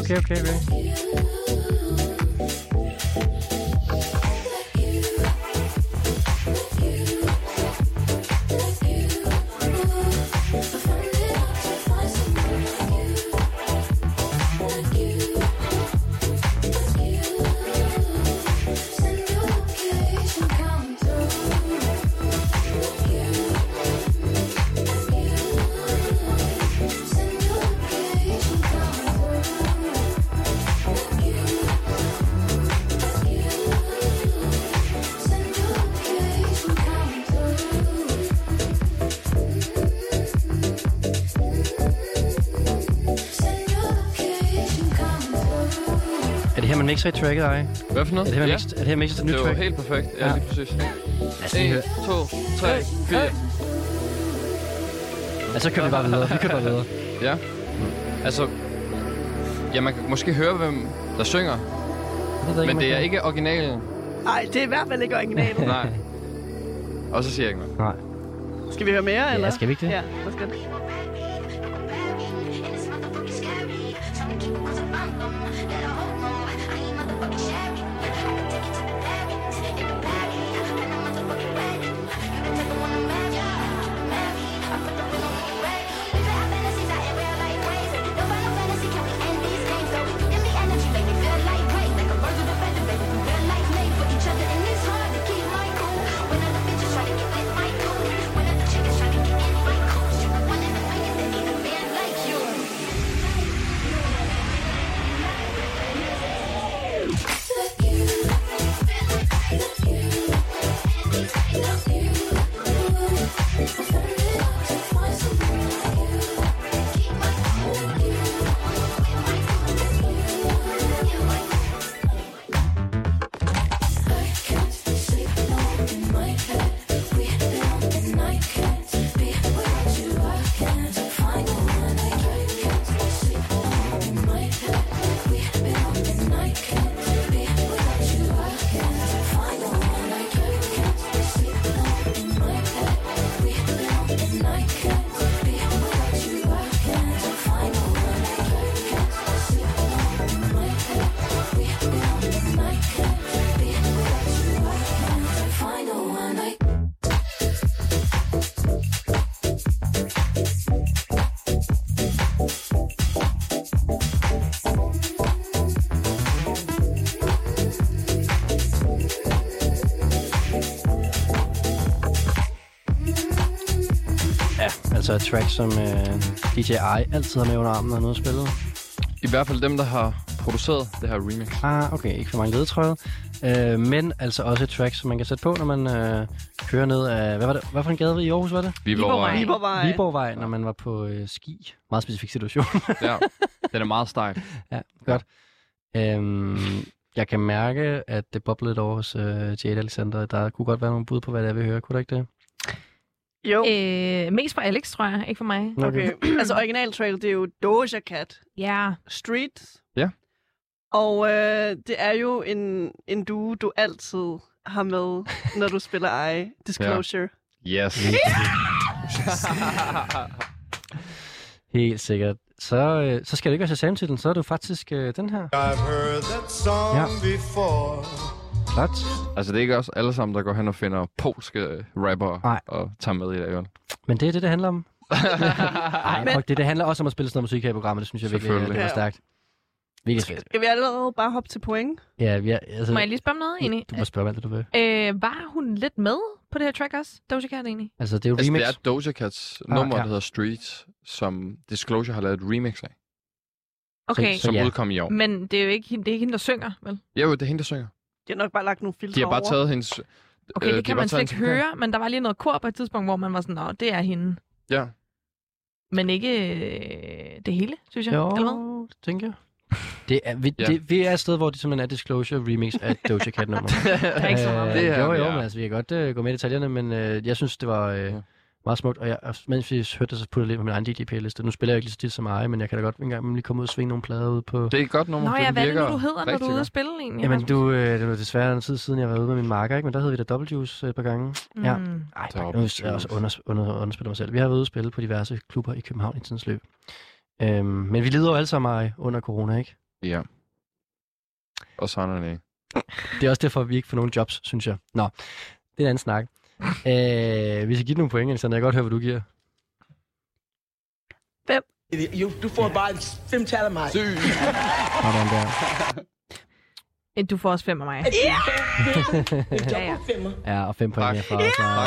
Man mixer i tracket, ej.
Hvad for noget?
Er det her mixer til nyt track?
Det var helt perfekt. Ja, lige præcis. 1, 2, 3, 4.
Ja, så kører vi bare videre. Vi kører bare videre.
Ja. Altså... Ja, man kan måske høre, hvem der synger. Men det er ikke originalen.
Nej, det er i hvert fald ikke originalen.
Nej. Og så siger jeg ikke noget.
Nej.
Skal vi høre mere, eller?
Ja, skal vi ikke det?
Ja, lad os gøre det.
Altså et track, som DJ I altid har med under armen og noget spillet.
I hvert fald dem, der har produceret det her remix.
Okay. Ikke for mange ledetråde. Men altså også et track, som man kan sætte på, når man kører ned af... Hvad for en gade i Aarhus var det? Viborgvej, når man var på ski. Meget specifik situation.
Ja, den er meget stejl.
Ja, godt. Jeg kan mærke, at det bobler lidt over hos Jade Alexander. Der kunne godt være nogle bud på, hvad det er, vi hører. Kunne der ikke det?
Jo.
Mest for Alex, tror jeg. Ikke for mig.
Okay. Altså originaltrack, det er jo Doja Cat.
Ja.
Street.
Ja.
Og det er jo en duo, du altid har med, når du spiller I. Disclosure.
Yes.
Helt sikkert. Så skal det ikke være Shazam-titlen, så er det jo faktisk den her.
I've heard that song before.
Klart.
Altså, det er ikke også alle sammen, der går hen og finder polske rapper og tager med i dag.
Men det er det handler om. Nej, det handler også om at spille sådan noget musik her i programmet. Det synes jeg virkelig, det var stærkt. Virkelig fedt.
Skal vi allerede bare hoppe til point?
Ja,
altså, må jeg lige spørge om noget, egentlig?
Du må spørge, hvad du vil.
Var hun lidt med på det her track også? Doja Cat, egentlig?
Altså, det er jo remix.
Det er Doja Cats nummer, der hedder Street, som Disclosure har lavet et remix af.
Okay.
Som udkom i år.
Men det er jo ikke hende, der synger, vel?
Jo, det er hende, der synger.
De har nok bare lagt nogle filtre
De har bare taget hendes...
Okay, det kan man slet ikke høre, men der var lige noget kor på et tidspunkt, hvor man var sådan, nå, det er hende.
Ja.
Men ikke det hele, synes jeg.
Jo,
eller hvad?
tænker jeg. Vi er et sted, hvor det simpelthen er Disclosure remix af Doja Cat nummer.
Det er ikke så meget.
Jo, men altså, vi kan godt gå med i detaljerne, men jeg synes, det var meget smukt. Og mens vi hørte det, så puttede jeg lidt på min egen DJ-playliste. Nu spiller jeg ikke lige så tit som mig, men jeg kan da godt engang lige komme ud og svinge nogle plader ud på...
Det er godt nummer.
Nå ja, hvad er det nu, du hedder, når du er ude at spille egentlig?
Jamen, det var desværre en tid siden, jeg var ude med min marker, ikke? Men der hed vi da Double Juice et par gange. Ja. Ej, nu er jeg også underspiller mig selv. Vi har været ude at spille på diverse klubber i København i tidens løb. Men vi lider jo alle sammen under corona, ikke?
Ja. Og sådan er det.
Det er også derfor, at vi ikke får nogen jobs, synes jeg. Nå, det er en anden snak. Vi skal give nogle point, Alexander. Jeg kan godt høre, hvad du giver.
5.
Du får bare 5 tal af mig.
Sådan der.
Du får også 5 af mig.
Ja, og 5 point herfra.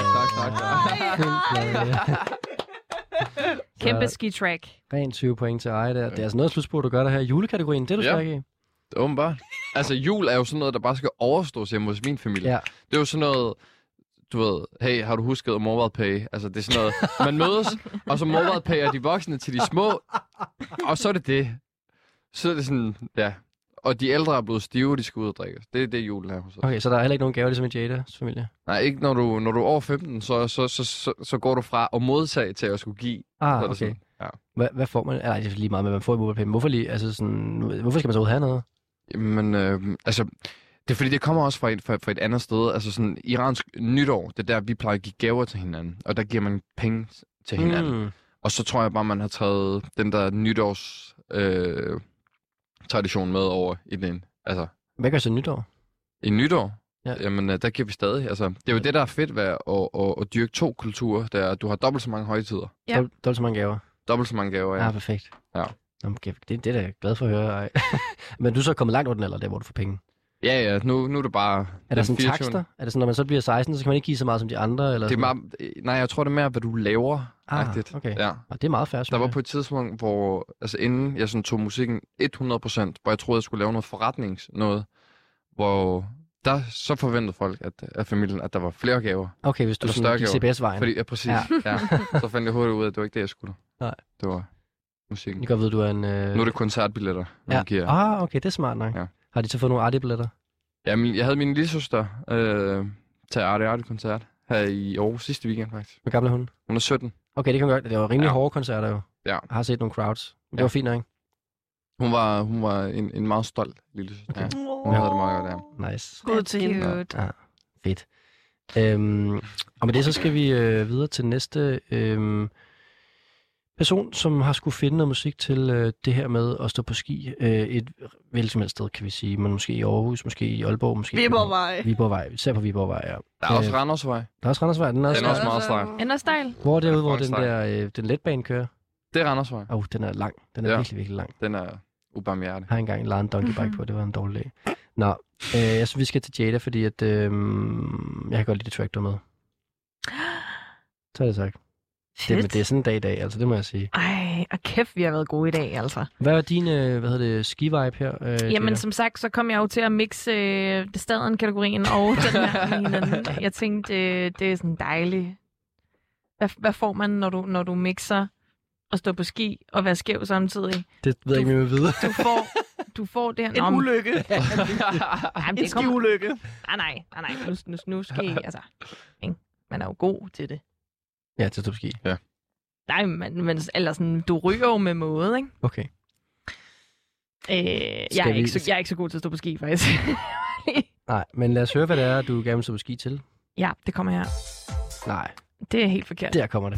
Tak.
Kæmpe ski-track.
Rent 20 point til Eje der. Det er altså noget slutspurt, du gør det her i julekategorien. Det er du stærk i.
Åbenbart. Altså, jul er jo sådan noget, der bare skal overstås hjemme hos min familie. Ja. Det er jo sådan noget, du ved, hey, har du husket MobilePay? Altså, det er sådan noget, man mødes, og så MobilePay er de voksne til de små, og så er det. Så er det sådan, ja. Og de ældre er blevet stive, de skal ud og drikke. Det er det, julen er hos os.
Okay, så der er heller ikke nogen gaver, ligesom i Jadas familie?
Nej, ikke når du er over 15, så går du fra at modtage til at skulle give.
Okay.
Sådan, ja.
Hvad får man? Nej, det er lige meget med, man får i MobilePay. Hvorfor skal man så ud have noget?
Jamen, altså, det er fordi, det kommer også fra et andet sted. Altså sådan, iransk nytår, det er der, vi plejer at give gaver til hinanden. Og der giver man penge til hinanden. Og så tror jeg bare, man har taget den der nytårs tradition med over i den. Altså,
hvad gør så nytår?
I nytår?
Ja.
Jamen, der giver vi stadig. Altså, det er jo det, der er fedt ved at dyrke 2 kulturer. Der du har dobbelt så mange højtider.
Ja. Dobbelt så mange gaver.
Dobbelt så mange gaver, ja.
Ja, perfekt.
Ja.
Okay, det er jeg glad for at høre. Men du er så kommet langt over den alder, der hvor du får penge?
Ja, nu er det bare...
Er der sådan takster? Er det sådan, når man så bliver 16, så kan man ikke give så meget som de andre? Eller
det er meget, nej, jeg tror, det er mere, hvad du laver.
Okay.
Ja.
Og det er meget fair,
der var på et tidspunkt, hvor... Altså inden jeg sådan tog musikken 100%, hvor jeg troede, jeg skulle lave noget noget, hvor... Der så forventede folk af familien, at der var flere gaver.
Okay, hvis du sådan gik CBS-vejen.
Fordi, ja, præcis. Ja. Så fandt jeg hurtigt ud af, at det var ikke det, jeg skulle.
Nej.
Det var musikken.
Jeg kan godt ved, du er en...
Nu er det koncertbilletter, man giver.
Okay, det er smart nok.
Ja.
Har de så fået nogle Artie-billetter?
Jamen, jeg havde min lillesøster til Artie-koncert her i Aarhus sidste weekend, faktisk.
Hvor gammel er hun?
Hun er 17.
Okay, det kan man godt. Det var rimelig hårde koncerter jo.
Ja.
Jeg har set nogle crowds. Men det var fint, ikke?
Hun var en meget stolt lillesøster. Okay. Ja. Hun havde det meget godt, ja.
Nice.
God til hende.
Ja, fedt. Og med det, så skal vi videre til næste person, som har skulle finde noget musik til det her med at stå på ski. Et hvilket som helst sted, kan vi sige. Men måske i Aarhus, måske i Aalborg, måske... Viborgvej. Vi ser på Viborgvej, ja.
Der er også Randersvej.
Der er også Randersvej. Den er også
meget stejl.
Den er stejl.
Hvor er derude, hvor den letbane kører?
Det er Randersvej.
Den er lang. Den er virkelig, virkelig lang.
Den er ubarmhjertig.
Jeg har engang lejet en donkeybike på, det var en dårlig dag. Nå, jeg synes, vi skal til Jada, fordi at, jeg kan godt lide det track, du med. Så er det sagt. Det er sådan en dag i dag, altså det må jeg sige.
Ej, og kæft, vi har været gode i dag, altså.
Hvad er din, ski-vibe her?
Jamen, som sagt, så kom jeg jo til at mixe staden-kategorien og den her med hinanden. Jeg tænkte, det er sådan dejligt. Hvad får man, når du mixer og står på ski og være skæv samtidig?
Det ved jeg ikke, om jeg vil vide.
Du får det her...
En ulykke. En ski-ulykke.
Nej. Nu ski, altså. Ikke? Man er jo god til det.
Ja, til at stå på ski.
Ja.
Nej, men eller sådan, du ryger jo med måde, ikke?
Okay.
Jeg er ikke så god til at stå på ski, faktisk.
Nej, men lad os høre, hvad det er, du gerne vil stå på ski til.
Ja, det kommer her.
Nej.
Det er helt forkert.
Der kommer det.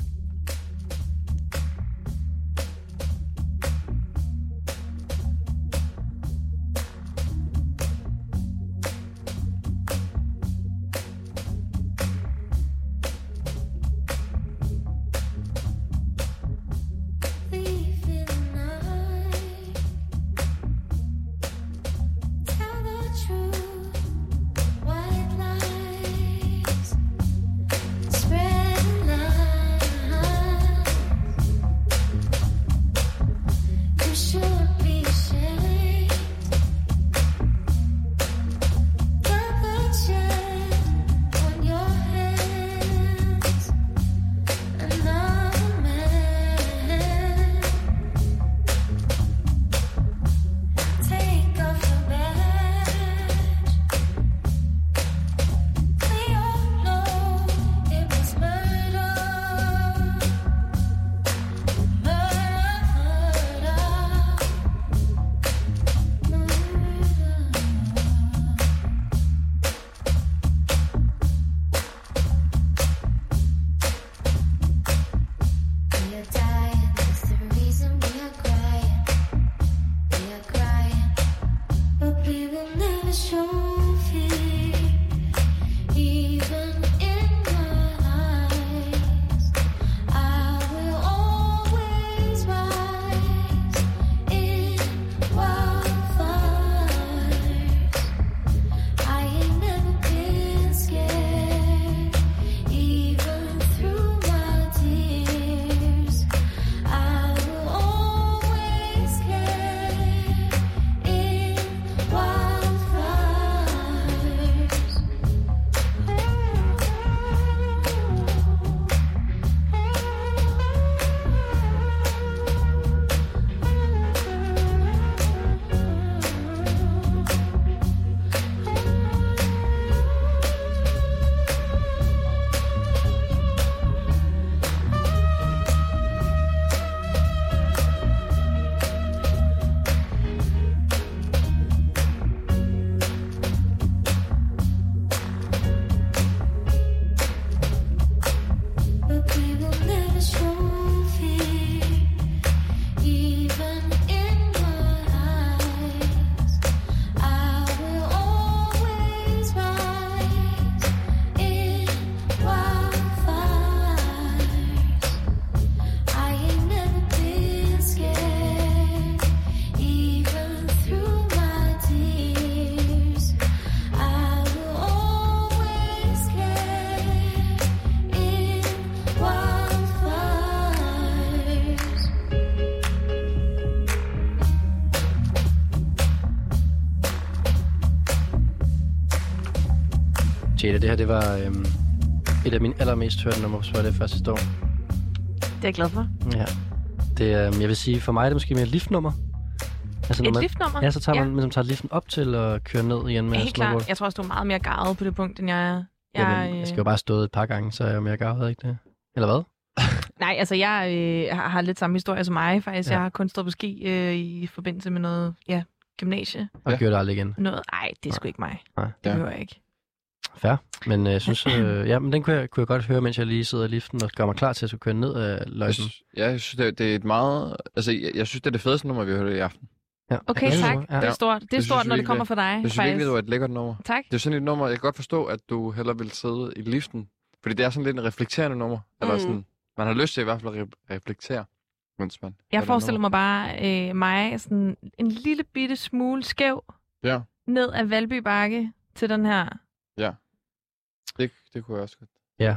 Jada, det her, det var et af mine allermest hørte numre på Spotify første år.
Det er jeg glad for.
Ja. Det, jeg vil sige, for mig er det måske mere et liftnummer. Altså,
et liftnummer?
Ja, så tager man tager liften op til at køre ned igen med
helt klart. Jeg tror også, du er meget mere garvet på det punkt, end jeg er.
Jeg skal jo bare stå et par gange, så er jeg jo mere garvet, ikke det? Eller hvad?
Nej, altså jeg har lidt samme historie som mig, faktisk. Ja. Jeg har kun stået på ski i forbindelse med noget, gymnasie.
Og gjorde det aldrig igen?
Nej, det er sgu ikke mig. Nej. Det behøver jeg ikke.
Fair. Men jeg synes, men den kunne jeg godt høre, mens jeg lige sidder i liften og gør mig klar til at skulle køre ned af løjpen.
Jeg synes, det er et meget... Altså, jeg synes, det er det fedeste nummer, vi har hørt i aften.
Ja.
Okay, tak. Ja. Det er stort. Det er stort, når det kommer fra dig.
Jeg synes virkelig, det var et lækkert nummer.
Tak.
Det er sådan et nummer, jeg kan godt forstå, at du hellere vil sidde i liften. Fordi det er sådan lidt en reflekterende nummer. Eller sådan, man har lyst til i hvert fald at reflektere, mens man...
Jeg forestiller mig bare mig sådan en lille bitte smule skæv ned ad Valby Bakke til den her.
Ja. Det kunne jeg også godt.
Ja.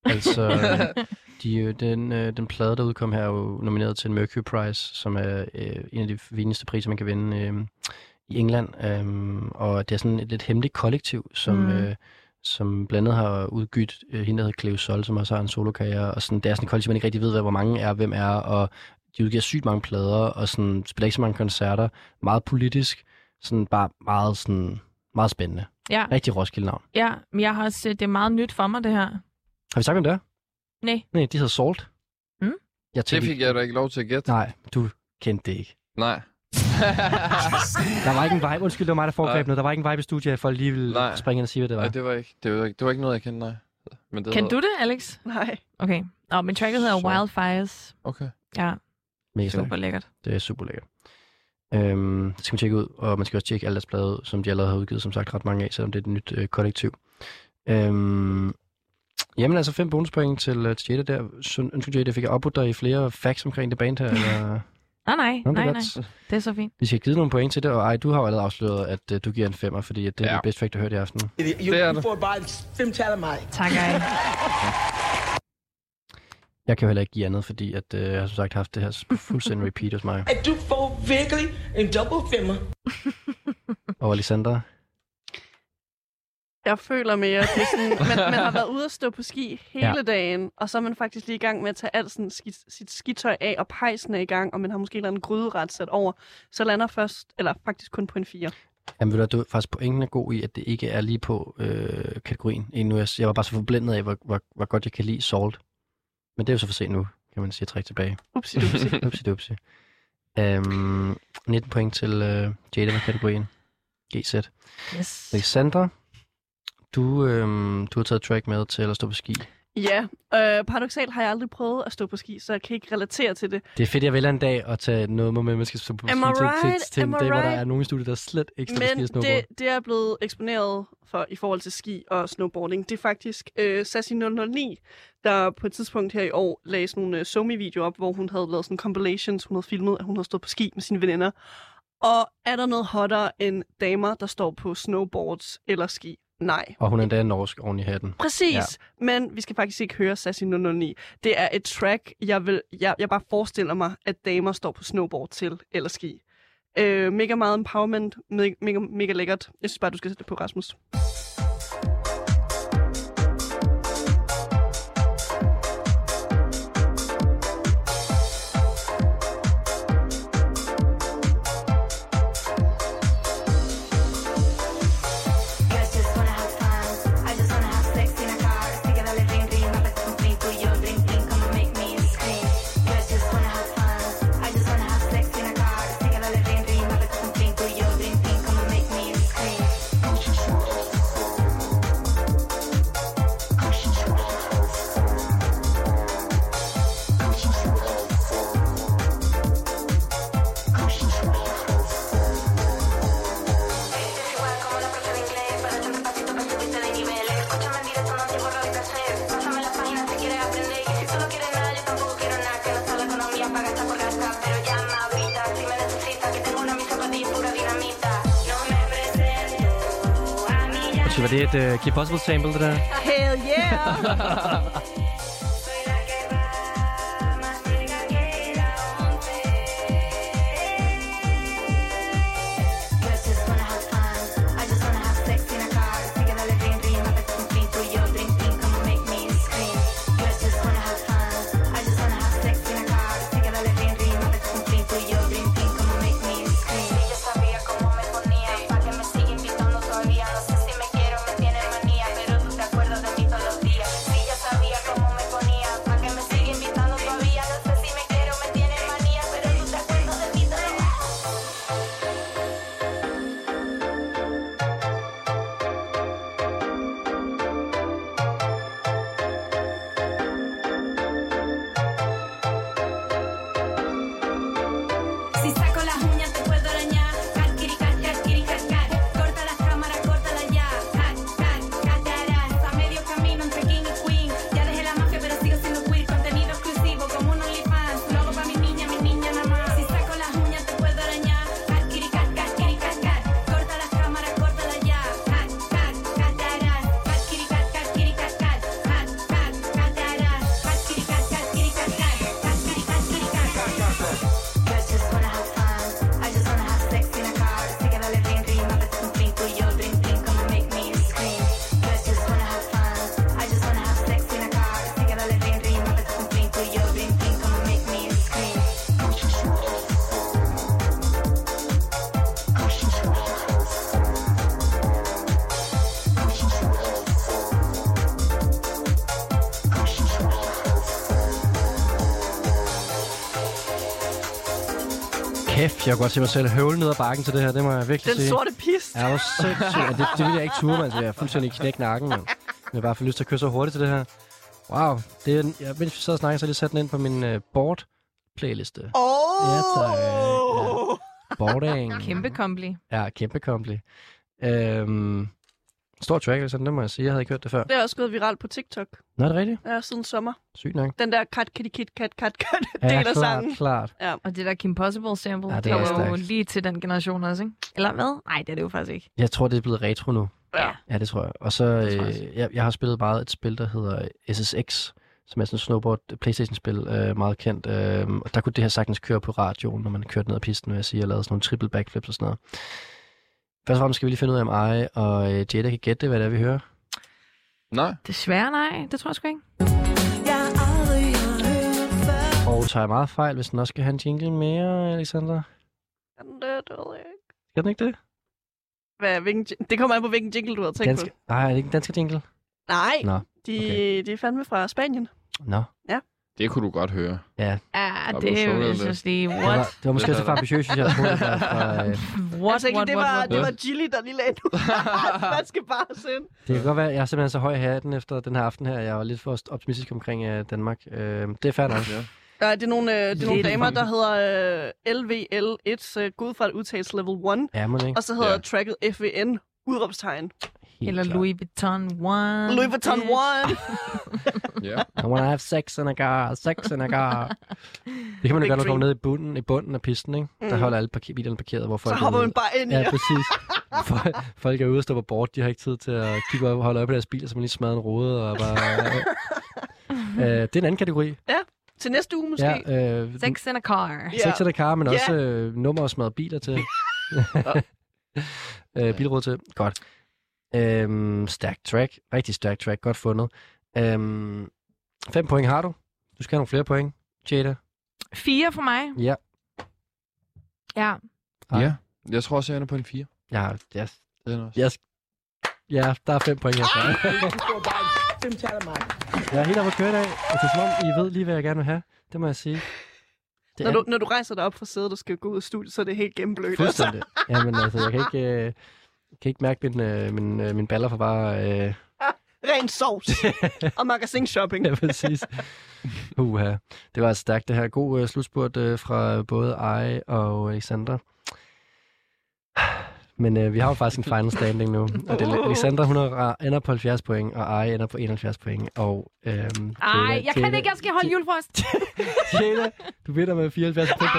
Altså, den plade, der udkom her, er jo nomineret til en Mercury Prize, som er en af de fineste priser, man kan vinde i England. Og det er sådan et lidt hemmeligt kollektiv, som blandt andet har udgivet hende, der hedder Cleo Sol, som også har en solokarriere. Og sådan, det er sådan et kollektiv, man ikke rigtig ved, hvor mange er, hvem er, og de udgiver sygt mange plader, og sådan, spiller ikke så mange koncerter. Meget politisk, sådan bare meget spændende. Ja. Rigtig Roskilde-navn.
Ja, men jeg har også, det er meget nyt for mig, det her.
Har vi sagt, hvem det er?
Nej.
Nej, de hedder Salt.
Det fik jeg da ikke lov til at gætte.
Nej, du kendte det ikke.
Nej.
Der var ikke en vibe. Undskyld, det var mig, der foregreb noget. Der var ikke en vibe i studiet, at folk lige ville springe ind og sige, hvad det var.
Nej, det var ikke noget, jeg kendte, nej.
Men det kendte du det, Alex?
Nej.
Okay. Men tracket hedder Wildfires.
Okay.
Ja.
Mega
super lækkert.
Det er super lækkert. Det skal man tjekke ud, og man skal også tjekke alle deres plader ud, som de allerede har udgivet, som sagt, ret mange af, selvom det er et nyt kollektiv. Jamen altså 5 bonuspoint til Jada der. Undskyld Jada, fik jeg opbudt dig i flere facts omkring det band her? Eller?
Nej. Det er så fint.
Vi skal give nogle point til det, og du har jo allerede afsløret, at du giver en 5'er, fordi det er det bedste fakt, du har hørt i aften.
Du får bare 5 tal af mig.
Tak, ej.
Jeg kan jo heller ikke give andet, fordi at, jeg har som sagt haft det her fuldstændig repeat hos mig.
At du får virkelig en double 5'er.
Og Alexandra?
Jeg føler mere, at det er sådan, man har været ude at stå på ski hele dagen, og så er man faktisk lige i gang med at tage alt sådan sit skitøj af, og pejsen er i gang, og man har måske en eller anden gryderet sat over. Så lander først, eller faktisk kun på en 4.
Jamen ved du, faktisk pointen er god i, at det ikke er lige på kategorien. Jeg var bare så forblændet af, hvor godt jeg kan lide Salt. Men det er jo så for sent nu, kan man sige, at trække tilbage. Upsi. 19 point til Jada med kategorien. GZ.
Yes.
Alexandra, du har taget track med til at stå på ski.
Ja, paradoksalt har jeg aldrig prøvet at stå på ski, så jeg kan ikke relatere til det.
Det er fedt, jeg vælger en dag at tage noget med, man skal stå på ski til en dag, hvor der er nogen i studiet, der slet ikke står på ski og snowboard.
Men det er blevet eksponeret for i forhold til ski og snowboarding. Det er faktisk Sassy 009, der på et tidspunkt her i år lagde sådan nogle Somi-videoer op, hvor hun havde lavet sådan compilations, hun havde filmet, at hun havde stået på ski med sine veninder. Og er der noget hottere end damer, der står på snowboards eller ski? Nej.
Og hun er endda norsk oven i hatten.
Præcis, men vi skal faktisk ikke høre Sassy 009. Det er et track, jeg bare forestiller mig, at damer står på snowboard til eller ski. Mega meget empowerment, mega lækkert. Jeg synes bare, du skal sætte det på, Rasmus.
Var det et Kim Possible sample, det der?
Hell yeah!
sabía cómo
Kæft, jeg kan godt se mig selv høvle ned ad bakken til det her. Det må jeg virkelig sige.
Den sorte pist.
Ja, det var sindssygt. Det vil jeg ikke ture, man. Jeg er fuldstændig knæk nakken, man. Jeg har bare for lyst til at køre så hurtigt til det her. Wow. Det er, mens vi sad og snakkede, så lige sat den ind på min board-playliste. Ja, tak. Boarding.
Kæmpe kompli.
Ja, kæmpe kompli. Stor track, sådan, det må jeg sige. Jeg havde ikke hørt det før.
Det er også gået viralt på TikTok.
Nå, er det rigtigt?
Ja, siden sommer.
Sygt nok.
Den der kat del af sangen.
Klart.
Ja.
Og det der Kim Possible sample,
ja,
det er jo lige til den generation også, ikke? Eller hvad? Nej, det er det jo faktisk ikke.
Jeg tror, det er blevet retro nu.
Ja.
Ja, det tror jeg. Og så, jeg har spillet meget et spil, der hedder SSX, som er sådan et snowboard PlayStation-spil, meget kendt. Og der kunne det her sagtens køre på radioen, når man kørte ned ad pisten, vil jeg sige, og lavede sådan nogle triple backflips og sådan noget. Først og fremmest skal vi lige finde ud af, om I og Jada kan gætte, hvad det er, vi hører.
Nej.
Desværre nej, det tror jeg sgu ikke.
Og tager jeg meget fejl, hvis den også skal have en jingle mere, Alexander?
Det ved jeg ikke.
Skal den ikke det?
Det kommer an på, hvilken jingle du har tænkt på.
Nej, er det ikke en dansk jingle?
Nej,
Nå,
de er fandme fra Spanien.
Nå.
Ja.
Det kunne du godt høre.
Ja, det er jo så lige, what?
Det var måske så for ambitiøst, synes jeg.
Det var Gilly, der lige lagde nu. Hvad skal bare sende?
Det kan godt være, jeg er simpelthen så høj i hatten efter den her aften her. Jeg var lidt for optimistisk omkring Danmark. Det er fair nok.
Ja, det er nogle damer, der hedder LVL1, gå ud fra et udtagelse level 1.
Ja,
og så hedder tracket FVN, udråbstegn.
Eller Louis Vuitton 1.
Louis Vuitton 1.
Yeah.
I wanna have sex in a car, sex in a car. Det kan man jo gøre, når man kommer ned i bunden af pisten, ikke? Der holder alle bilerne parkeret, hvor folk...
Så hopper man bare ind i.
Ja, præcis. Folk er ude og står på board, de har ikke tid til at kigge op og holde øje på deres biler, så man lige smadrer en rode og bare... det er en anden kategori.
Ja, til næste uge måske.
Ja,
sex in a car.
Sex in a car, men også nummer og smadre biler til. Bilråd til. Godt. Stærk track. Rigtig stærk track. Godt fundet. 5 point har du. Du skal have nogle flere point, Jada.
4 for mig.
Ja.
Ja.
Ja. Jeg tror også, jeg ender på en 4.
Ja, ja, der er 5 point herfra. Jeg er helt oppe at køre i dag. Det er som om, I ved lige, hvad jeg gerne vil have. Det må jeg sige.
Når du rejser dig op fra sædet og skal gå ud af studiet, så er det helt gennemblødt.
Fuldstændig. Jamen altså, jeg kan ikke mærke min baller for bare...
Ren sovs og magasinshopping.
Ja, præcis. Det var stærkt, det her. God slutspurt fra både I og Alexandra. Men vi har jo faktisk en final standing nu. Og det er Alexandra, hun ender på 70 point, og I ender på 71 point. Og,
jeg kan ikke. Jeg skal holde julefrost.
Jada, du vinder med 74 point.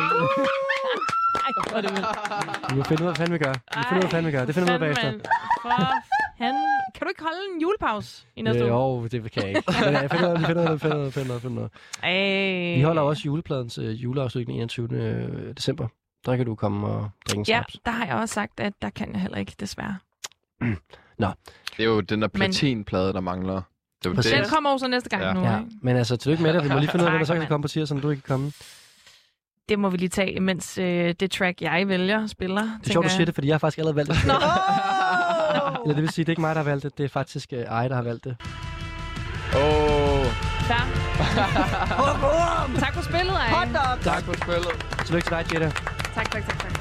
Du må finde ud af, hvad fanden vi gør. Det finder vi ud af bagefter.
Kan du ikke holde en julepause i næste uge?
Jo, det kan jeg ikke. Men jeg finder noget. Vi holder også julepladens juleafslutning 21. december. Der kan du komme og drikke en snaps.
Ja, der har jeg også sagt, at der kan jeg heller ikke, desværre.
Nå. Det er jo den der platinplade, der mangler.
Den kommer også næste gang nu.
Ja. Men altså, tillykke med det. Vi må lige finde ud af, hvem der så kan komme på tier, så du ikke kan komme.
Det må vi lige tage, mens det track, jeg vælger, spiller.
Det er sjovt, du siger det, fordi jeg har faktisk allerede valgt det. Eller det vil sige, det er ikke mig, der har valgt det. Det er faktisk ej, der har valgt det.
Fair. Tak for spillet, ej.
Tak for spillet.
Tillykke til dig, Jada.
Tak.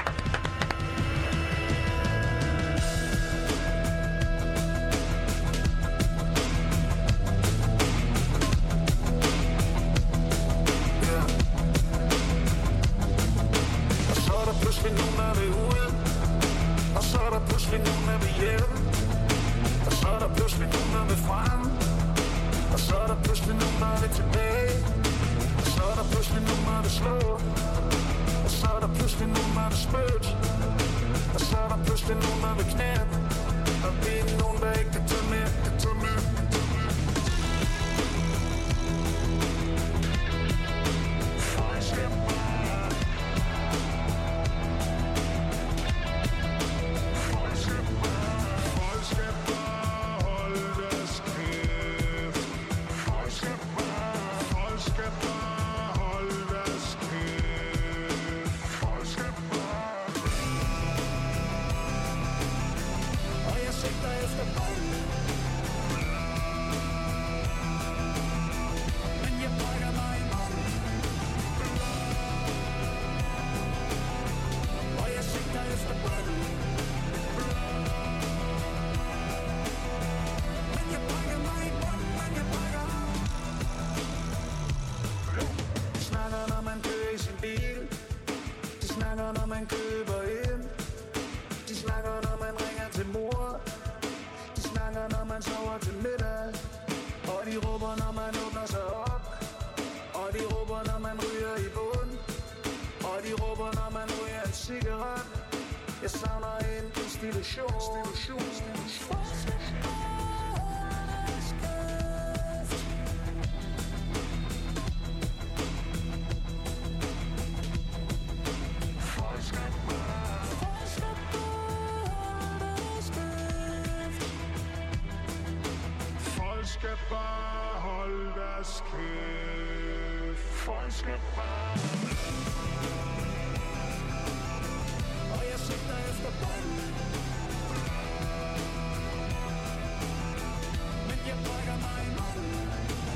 Pludselig nogen er vi ude, og så er der pludselig nogen er vi hjemme, og så er der pludselig nogen er vi frem, og så er der pludselig nogen er vi tilbage, og så er der pludselig nogen er vi slå, og så er der pludselig nogen er vi spødt, og så er der pludselig nogen er vi knæt, og vi er nogen der ikke kan tage mere, Jeg savner en institution. Folk skal bare holde deres kæft. Folk skal bare. Og jeg sigter efter bunden, men jeg brækker mig i munden.